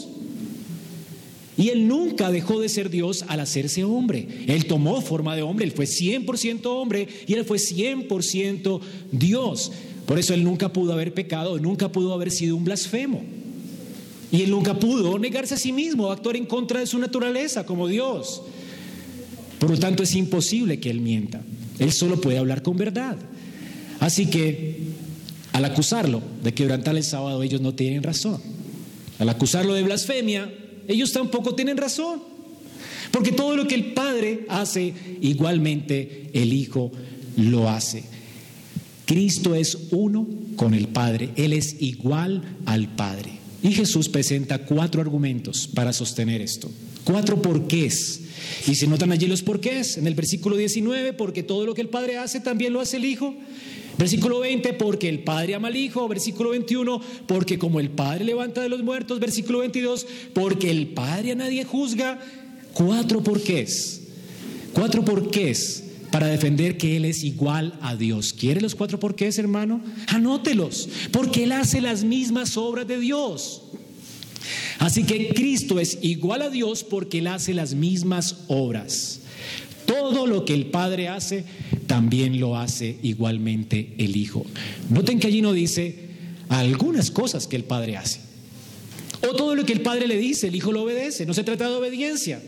Y Él nunca dejó de ser Dios al hacerse hombre. Él tomó forma de hombre, Él fue 100% hombre y Él fue 100% Dios. Por eso Él nunca pudo haber pecado, nunca pudo haber sido un blasfemo. Y Él nunca pudo negarse a sí mismo, actuar en contra de su naturaleza como Dios. Por lo tanto, es imposible que Él mienta. Él solo puede hablar con verdad. Así que, al acusarlo de quebrantar el sábado, ellos no tienen razón. Al acusarlo de blasfemia, ellos tampoco tienen razón, porque todo lo que el Padre hace, igualmente el Hijo lo hace. Cristo es uno con el Padre, Él es igual al Padre. Y Jesús presenta 4 argumentos para sostener esto, 4 porqués. Y se notan allí los porqués. En el versículo 19, porque todo lo que el Padre hace, también lo hace el Hijo. Versículo 20, porque el Padre ama al Hijo. Versículo 21, porque como el Padre levanta de los muertos. Versículo 22, porque el Padre a nadie juzga. 4 porqués. 4 porqués para defender que Él es igual a Dios. ¿Quiere los 4 porqués, hermano? Anótelos, porque Él hace las mismas obras de Dios. Así que Cristo es igual a Dios porque Él hace las mismas obras. Todo lo que el Padre hace, también lo hace igualmente el Hijo. Noten que allí no dice algunas cosas que el Padre hace, o todo lo que el Padre le dice, el Hijo lo obedece. No se trata de obediencia.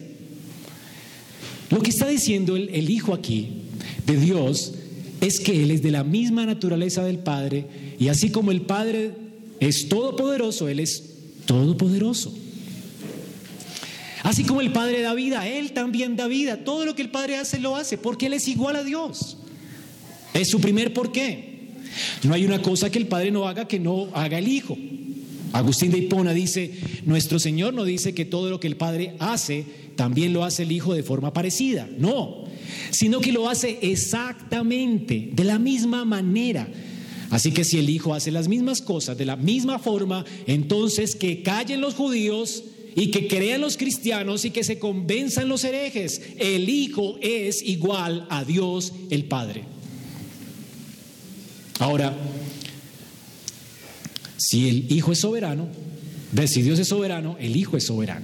Lo que está diciendo el Hijo aquí, de Dios, es que Él es de la misma naturaleza del Padre, y así como el Padre es todopoderoso, Él es todopoderoso. Así como el Padre da vida, Él también da vida. Todo lo que el Padre hace, lo hace, porque Él es igual a Dios. Es su primer porqué. No hay una cosa que el Padre no haga que no haga el Hijo. Agustín de Hipona dice, nuestro Señor no dice que todo lo que el Padre hace, también lo hace el Hijo de forma parecida. No, sino que lo hace exactamente, de la misma manera. Así que si el Hijo hace las mismas cosas de la misma forma, entonces que callen los judíos y que crean los cristianos y que se convenzan los herejes. El Hijo es igual a Dios el Padre. Ahora, si el Hijo es soberano, si Dios es soberano, el Hijo es soberano.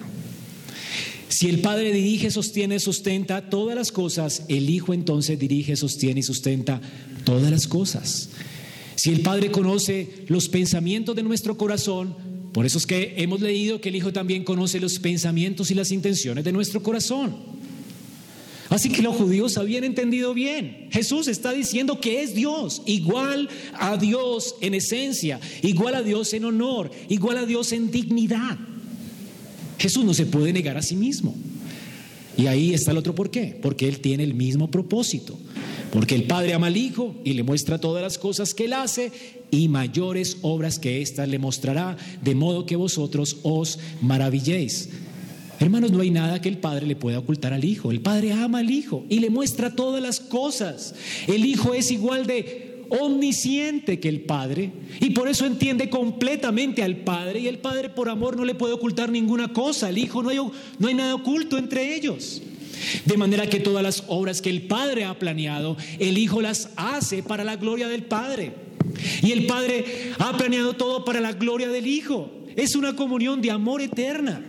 Si el Padre dirige, sostiene, sustenta todas las cosas, el Hijo entonces dirige, sostiene y sustenta todas las cosas. Si el Padre conoce los pensamientos de nuestro corazón, por eso es que hemos leído que el Hijo también conoce los pensamientos y las intenciones de nuestro corazón. Así que los judíos habían entendido bien. Jesús está diciendo que es Dios, igual a Dios en esencia, igual a Dios en honor, igual a Dios en dignidad. Jesús no se puede negar a sí mismo. Y ahí está el otro porqué, porque Él tiene el mismo propósito. Porque el Padre ama al Hijo y le muestra todas las cosas que Él hace, y mayores obras que éstas le mostrará, de modo que vosotros os maravilléis. Hermanos, no hay nada que el Padre le pueda ocultar al Hijo. El Padre ama al Hijo y le muestra todas las cosas. El Hijo es igual de omnisciente que el Padre, y por eso entiende completamente al Padre, y el Padre por amor no le puede ocultar ninguna cosa. El Hijo no hay nada oculto entre ellos. De manera que todas las obras que el Padre ha planeado, el Hijo las hace para la gloria del Padre. Y el Padre ha planeado todo para la gloria del Hijo. Es una comunión de amor eterna.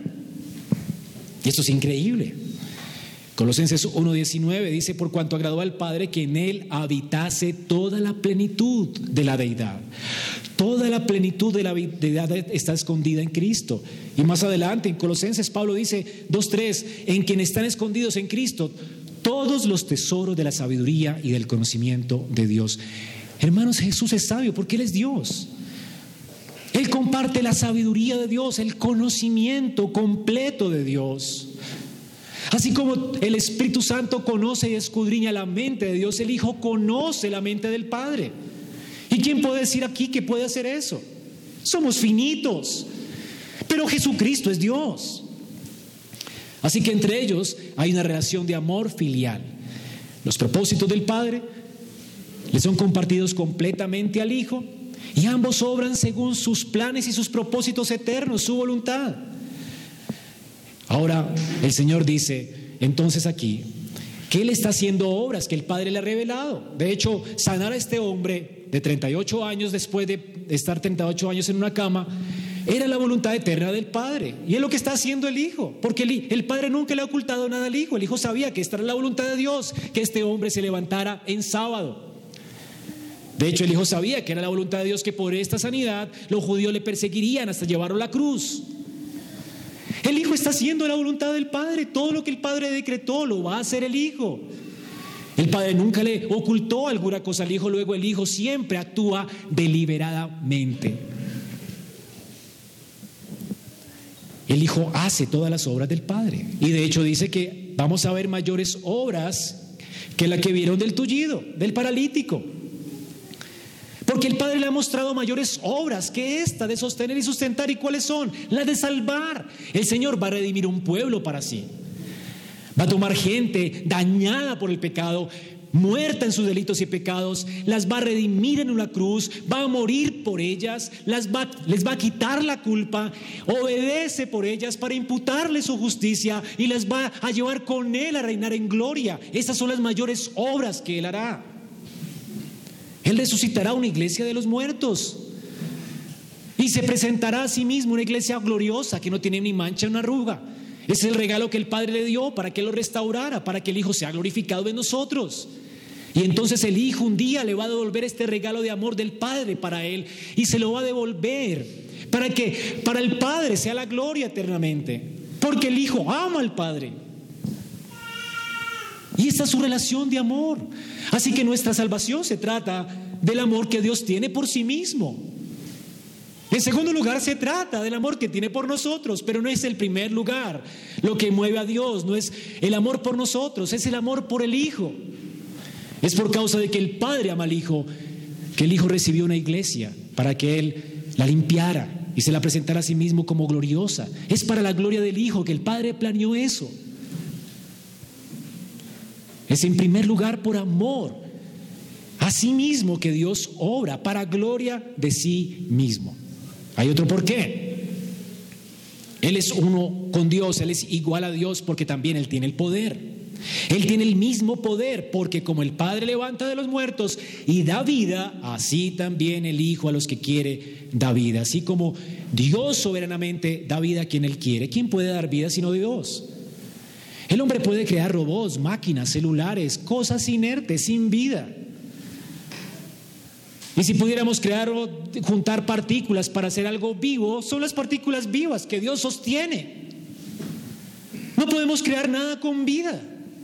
Y esto es increíble. Colosenses 1:19 dice, por cuanto agradó al Padre que en Él habitase toda la plenitud de la deidad. Toda la plenitud de la deidad está escondida en Cristo. Y más adelante en Colosenses Pablo dice 2:3, en quien están escondidos en Cristo todos los tesoros de la sabiduría y del conocimiento de Dios. Hermanos, Jesús es sabio porque Él es Dios. Él comparte la sabiduría de Dios, el conocimiento completo de Dios. Así como el Espíritu Santo conoce y escudriña la mente de Dios, el Hijo conoce la mente del Padre. ¿Y quién puede decir aquí que puede hacer eso? Somos finitos. Pero Jesucristo es Dios. Así que entre ellos hay una relación de amor filial. Los propósitos del Padre le son compartidos completamente al Hijo, y ambos obran según sus planes y sus propósitos eternos, su voluntad. Ahora el Señor dice entonces aquí que Él está haciendo obras que el Padre le ha revelado. De hecho, sanar a este hombre de 38 años después de estar 38 años en una cama era la voluntad eterna del Padre, y es lo que está haciendo el Hijo, porque el Padre nunca le ha ocultado nada al Hijo. El Hijo sabía que esta era la voluntad de Dios, que este hombre se levantara en sábado. De hecho, el Hijo sabía que era la voluntad de Dios que por esta sanidad los judíos le perseguirían hasta llevarlo a la cruz. El Hijo está haciendo la voluntad del Padre. Todo lo que el Padre decretó lo va a hacer el Hijo. El Padre nunca le ocultó alguna cosa al Hijo. Luego el Hijo siempre actúa deliberadamente. El Hijo hace todas las obras del Padre, y de hecho dice que vamos a ver mayores obras que la que vieron del tullido, del paralítico, porque el Padre le ha mostrado mayores obras que esta de sostener y sustentar. ¿Y cuáles son? Las de salvar. El Señor va a redimir un pueblo para sí. Va a tomar gente dañada por el pecado, muerta en sus delitos y pecados, las va a redimir en una cruz, va a morir por ellas, les va a quitar la culpa, obedece por ellas para imputarles su justicia, y les va a llevar con Él a reinar en gloria. Esas son las mayores obras que Él hará. Él resucitará una iglesia de los muertos y se presentará a sí mismo una iglesia gloriosa que no tiene ni mancha ni una arruga. Es el regalo que el Padre le dio para que lo restaurara, para que el Hijo sea glorificado en nosotros. Y entonces el Hijo un día le va a devolver este regalo de amor del Padre para Él, y se lo va a devolver para que para el Padre sea la gloria eternamente, porque el Hijo ama al Padre. Y esta es su relación de amor. Así que nuestra salvación se trata del amor que Dios tiene por sí mismo. En segundo lugar, se trata del amor que tiene por nosotros, pero no es el primer lugar. Lo que mueve a Dios no es el amor por nosotros, es el amor por el Hijo. Es por causa de que el Padre ama al Hijo, que el Hijo recibió una iglesia para que Él la limpiara y se la presentara a sí mismo como gloriosa. Es para la gloria del Hijo que el Padre planeó eso. Es en primer lugar por amor a sí mismo que Dios obra, para gloria de sí mismo. Hay otro por qué. Él es uno con Dios, Él es igual a Dios porque también Él tiene el poder. Él tiene el mismo poder, porque como el Padre levanta de los muertos y da vida, así también el Hijo a los que quiere da vida. Así como Dios soberanamente da vida a quien Él quiere, ¿quién puede dar vida sino Dios? El hombre puede crear robots, máquinas, celulares, cosas inertes, sin vida. Y si pudiéramos crear o juntar partículas para hacer algo vivo, son las partículas vivas que Dios sostiene. No podemos crear nada con vida.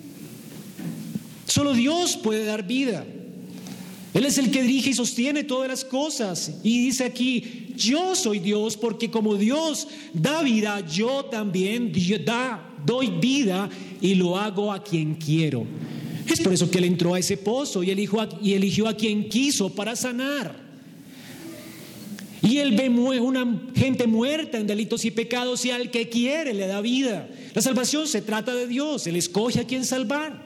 Solo Dios puede dar vida. Él es el que dirige y sostiene todas las cosas. Y dice aquí, yo soy Dios, porque como Dios da vida, yo también doy vida y lo hago a quien quiero. Es por eso que Él entró a ese pozo y eligió a quien quiso para sanar. Y Él ve una gente muerta en delitos y pecados, y al que quiere le da vida. La salvación se trata de Dios. Él escoge a quien salvar.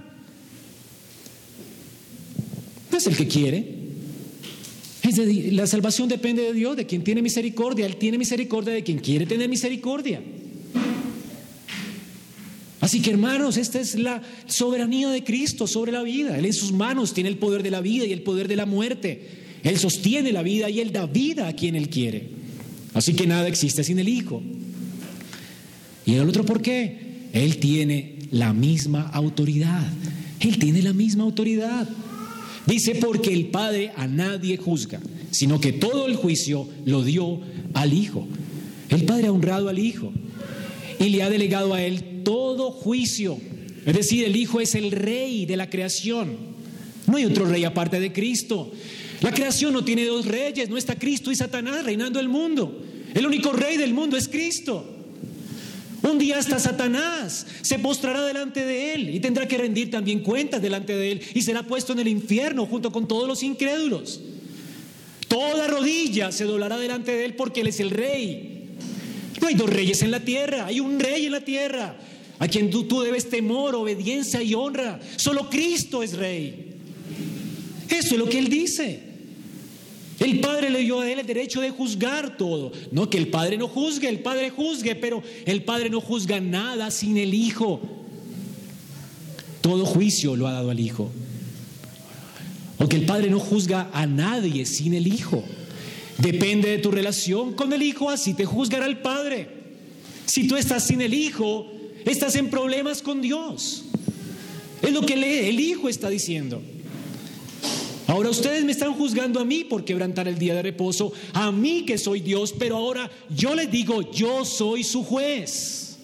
No es el que quiere. La salvación depende de Dios, de quien tiene misericordia. Él tiene misericordia de quien quiere tener misericordia. Así que, hermanos, esta es la soberanía de Cristo sobre la vida. Él en sus manos tiene el poder de la vida y el poder de la muerte. Él sostiene la vida y Él da vida a quien Él quiere. Así que nada existe sin el Hijo. ¿Y el otro por qué? Él tiene la misma autoridad. Él tiene la misma autoridad. Dice, porque el Padre a nadie juzga, sino que todo el juicio lo dio al Hijo. El Padre ha honrado al Hijo y le ha delegado a Él todo juicio. Es decir, el Hijo es el rey de la creación. No hay otro rey aparte de Cristo. La creación no tiene dos reyes, no está Cristo y Satanás reinando el mundo. El único rey del mundo es Cristo. Un día hasta Satanás se postrará delante de Él y tendrá que rendir también cuentas delante de Él, y será puesto en el infierno junto con todos los incrédulos. Toda rodilla se doblará delante de Él porque Él es el rey. No hay dos reyes en la tierra, hay un rey en la tierra a quien tú debes temor, obediencia y honra. Solo Cristo es rey. Eso es lo que Él dice. El Padre le dio a Él el derecho de juzgar todo. No que el Padre no juzgue, el Padre juzgue, pero el Padre no juzga nada sin el Hijo. Todo juicio lo ha dado al Hijo. Porque el Padre no juzga a nadie sin el Hijo. Depende de tu relación con el Hijo, así te juzgará el Padre. Si tú estás sin el Hijo, estás en problemas con Dios. Es lo que el Hijo está diciendo. Ahora ustedes me están juzgando a mí por quebrantar el día de reposo, a mí que soy Dios, pero ahora yo les digo, yo soy su juez.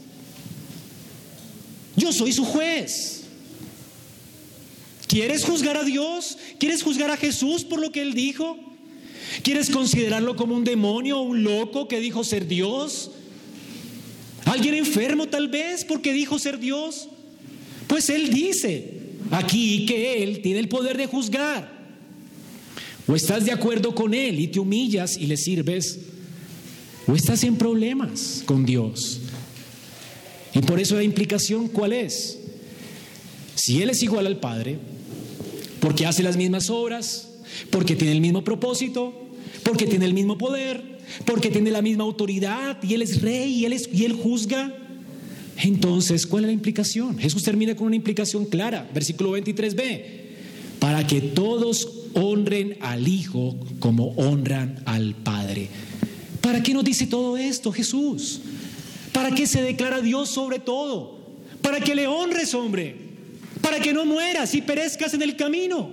Yo soy su juez. ¿Quieres juzgar a Dios? ¿Quieres juzgar a Jesús por lo que Él dijo? ¿Quieres considerarlo como un demonio o un loco que dijo ser Dios? ¿Alguien enfermo tal vez porque dijo ser Dios? Pues Él dice aquí que Él tiene el poder de juzgar. O estás de acuerdo con Él y te humillas y le sirves, o estás en problemas con Dios. Y por eso la implicación, ¿cuál es? Si Él es igual al Padre, porque hace las mismas obras, porque tiene el mismo propósito, porque tiene el mismo poder, porque tiene la misma autoridad y Él es rey y Él juzga, entonces ¿cuál es la implicación? Jesús termina con una implicación clara, versículo 23b, para que todos honren al Hijo como honran al Padre. ¿Para qué nos dice todo esto Jesús? ¿Para qué se declara Dios sobre todo? Para que le honres, hombre, para que no mueras y perezcas en el camino,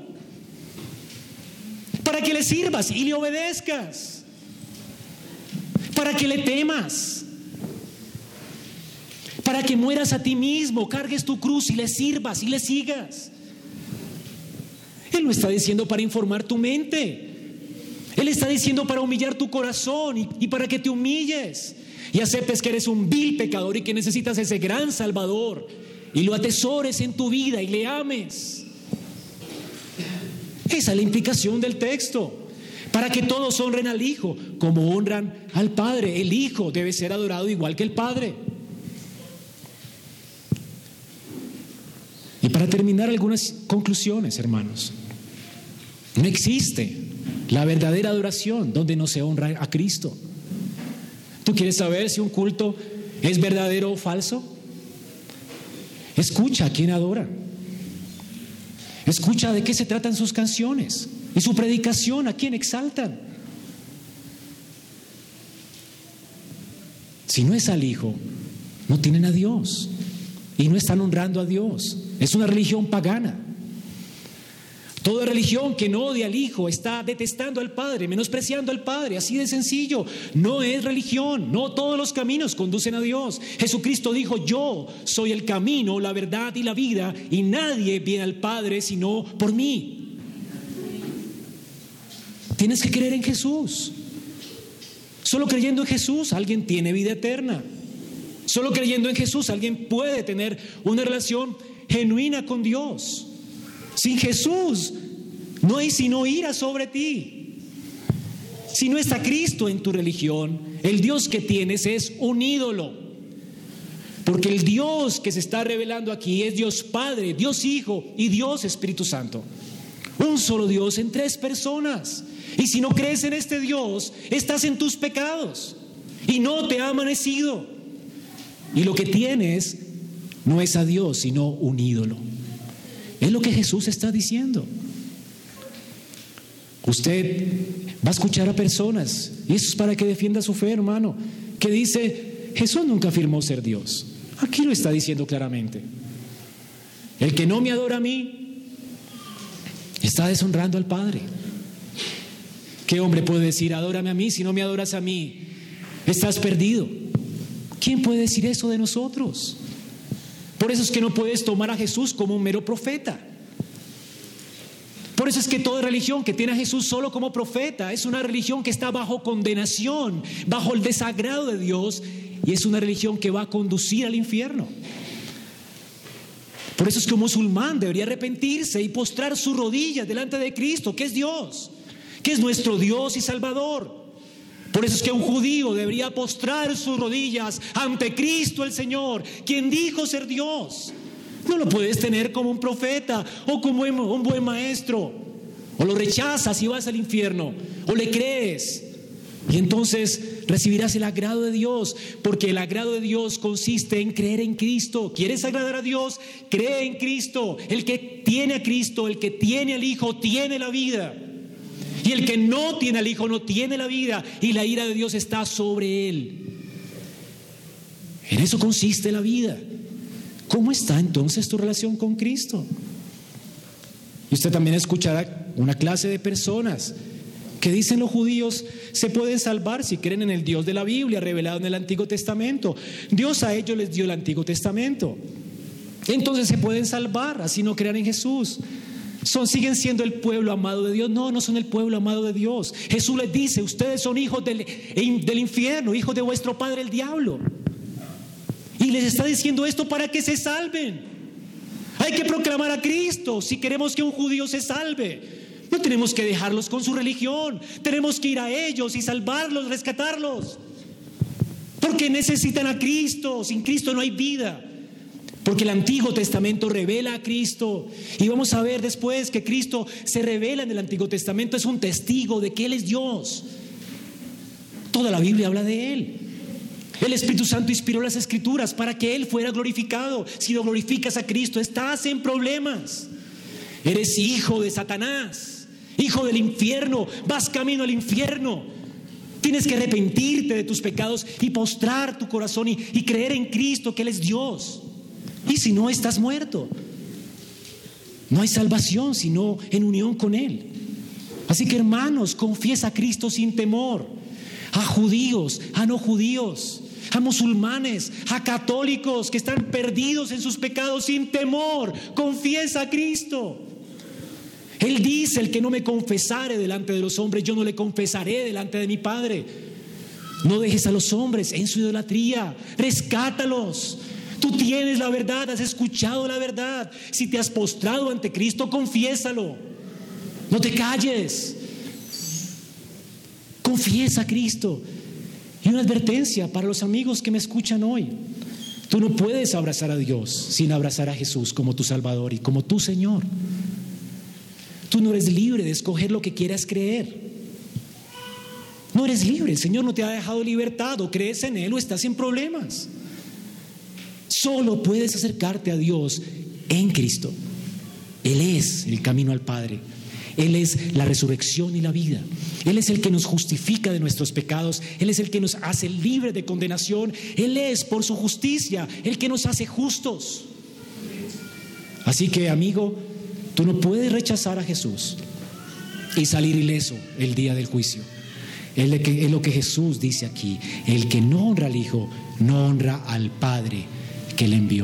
para que le sirvas y le obedezcas, para que le temas, para que mueras a ti mismo, cargues tu cruz y le sirvas y le sigas. Él no está diciendo para informar tu mente. Él está diciendo para humillar tu corazón y para que te humilles y aceptes que eres un vil pecador y que necesitas ese gran Salvador y lo atesores en tu vida y le ames. Esa es la implicación del texto. Para que todos honren al Hijo como honran al Padre. El Hijo debe ser adorado igual que el Padre. Y para terminar, algunas conclusiones, hermanos. No existe la verdadera adoración donde no se honra a Cristo. ¿Tú quieres saber si un culto es verdadero o falso? Escucha a quien adora. Escucha de qué se tratan sus canciones y su predicación, a quien exaltan. Si no es al Hijo, no tienen a Dios y no están honrando a Dios. Es una religión pagana. Toda religión que no odia al Hijo está detestando al Padre, menospreciando al Padre, así de sencillo. No es religión, no todos los caminos conducen a Dios. Jesucristo dijo, yo soy el camino, la verdad y la vida, y nadie viene al Padre sino por mí. Tienes que creer en Jesús. Solo creyendo en Jesús alguien tiene vida eterna. Solo creyendo en Jesús alguien puede tener una relación genuina con Dios. Sin Jesús no hay sino ira sobre ti. Si no está Cristo en tu religión, el Dios que tienes es un ídolo. Porque el Dios que se está revelando aquí es Dios Padre, Dios Hijo y Dios Espíritu Santo. Un solo Dios en tres personas. Y si no crees en este Dios, estás en tus pecados y no te ha amanecido. Y lo que tienes no es a Dios, sino un ídolo. Es lo que Jesús está diciendo. Usted va a escuchar a personas, y eso es para que defienda su fe, hermano, que dice, Jesús nunca afirmó ser Dios. Aquí lo está diciendo claramente. El que no me adora a mí, está deshonrando al Padre. ¿Qué hombre puede decir, adórame a mí? Si no me adoras a mí, estás perdido. ¿Quién puede decir eso de nosotros? Por eso es que no puedes tomar a Jesús como un mero profeta. Por eso es que toda religión que tiene a Jesús solo como profeta es una religión que está bajo condenación, bajo el desagrado de Dios, y es una religión que va a conducir al infierno. Por eso es que un musulmán debería arrepentirse y postrar sus rodillas delante de Cristo, que es Dios, que es nuestro Dios y Salvador. Por eso es que un judío debería postrar sus rodillas ante Cristo el Señor, quien dijo ser Dios. No lo puedes tener como un profeta o como un buen maestro. O lo rechazas y vas al infierno, o le crees. Y entonces recibirás el agrado de Dios, porque el agrado de Dios consiste en creer en Cristo. ¿Quieres agradar a Dios? Cree en Cristo. El que tiene a Cristo, el que tiene al Hijo, tiene la vida. Y el que no tiene al Hijo no tiene la vida, y la ira de Dios está sobre él. En eso consiste la vida. ¿Cómo está entonces tu relación con Cristo? Y usted también escuchará una clase de personas que dicen: los judíos se pueden salvar si creen en el Dios de la Biblia revelado en el Antiguo Testamento. Dios a ellos les dio el Antiguo Testamento, entonces se pueden salvar, así no crean en Jesús. Siguen siendo el pueblo amado de Dios. No son el pueblo amado de Dios. Jesús les dice: ustedes son hijos del infierno, hijos de vuestro padre el diablo. Y les está diciendo esto para que se salven. Hay que proclamar a Cristo si queremos que un judío se salve. No tenemos que dejarlos con su religión. Tenemos que ir a ellos y salvarlos, rescatarlos. Porque necesitan a Cristo. Sin Cristo no hay vida. Porque el Antiguo Testamento revela a Cristo. Y vamos a ver después que Cristo se revela en el Antiguo Testamento. Es un testigo de que Él es Dios. Toda la Biblia habla de Él. El Espíritu Santo inspiró las Escrituras para que Él fuera glorificado. Si no glorificas a Cristo, estás en problemas. Eres hijo de Satanás, hijo del infierno, vas camino al infierno. Tienes que arrepentirte de tus pecados y postrar tu corazón y creer en Cristo, que Él es Dios. Y si no, estás muerto. No hay salvación sino en unión con Él. Así que, hermanos, confiesa a Cristo sin temor. A judíos, a no judíos, a musulmanes, a católicos que están perdidos en sus pecados, sin temor, confiesa a Cristo. Él dice: el que no me confesare delante de los hombres, yo no le confesaré delante de mi Padre. No dejes a los hombres en su idolatría, rescátalos. Tú tienes la verdad, has escuchado la verdad. Si te has postrado ante Cristo, confiésalo. No te calles. Confiesa a Cristo. Y una advertencia para los amigos que me escuchan hoy: tú no puedes abrazar a Dios sin abrazar a Jesús como tu Salvador y como tu Señor. Tú no eres libre de escoger lo que quieras creer. No eres libre. El Señor no te ha dejado libertad. O crees en Él o estás en problemas. Solo puedes acercarte a Dios en Cristo. Él es el camino al Padre. Él es la resurrección y la vida. Él es el que nos justifica de nuestros pecados. Él es el que nos hace libres de condenación. Él es, por su justicia, el que nos hace justos. Así que, amigo, tú no puedes rechazar a Jesús y salir ileso el día del juicio. Es lo que Jesús dice aquí: el que no honra al Hijo, no honra al Padre que le envió.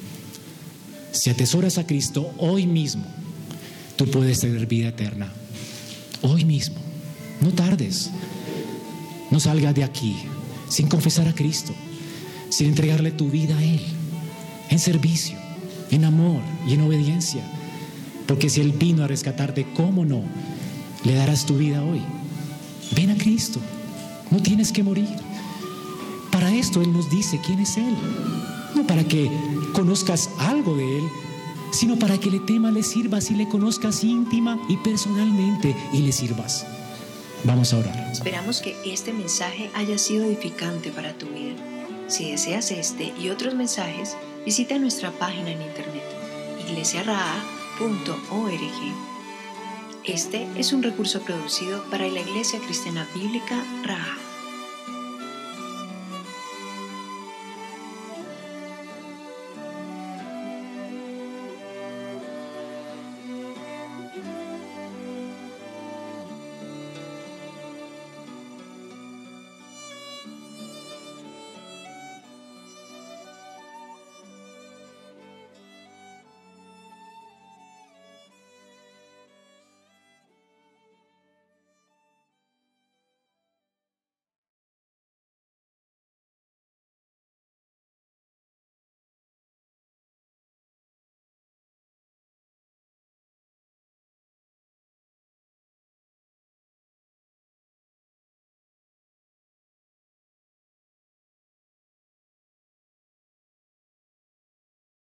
Si atesoras a Cristo hoy mismo, tú puedes tener vida eterna. Hoy mismo. No tardes. No salgas de aquí sin confesar a Cristo, sin entregarle tu vida a Él, en servicio, en amor y en obediencia. Porque si Él vino a rescatarte, ¿cómo no le darás tu vida hoy? Ven a Cristo. No tienes que morir. Para esto Él nos dice quién es Él. No para que conozcas algo de Él, sino para que le temas, le sirvas y le conozcas íntima y personalmente y le sirvas. Vamos a orar. Esperamos que este mensaje haya sido edificante para tu vida. Si deseas este y otros mensajes, visita nuestra página en internet, iglesiaraa.org. Este es un recurso producido para la Iglesia Cristiana Bíblica Raha.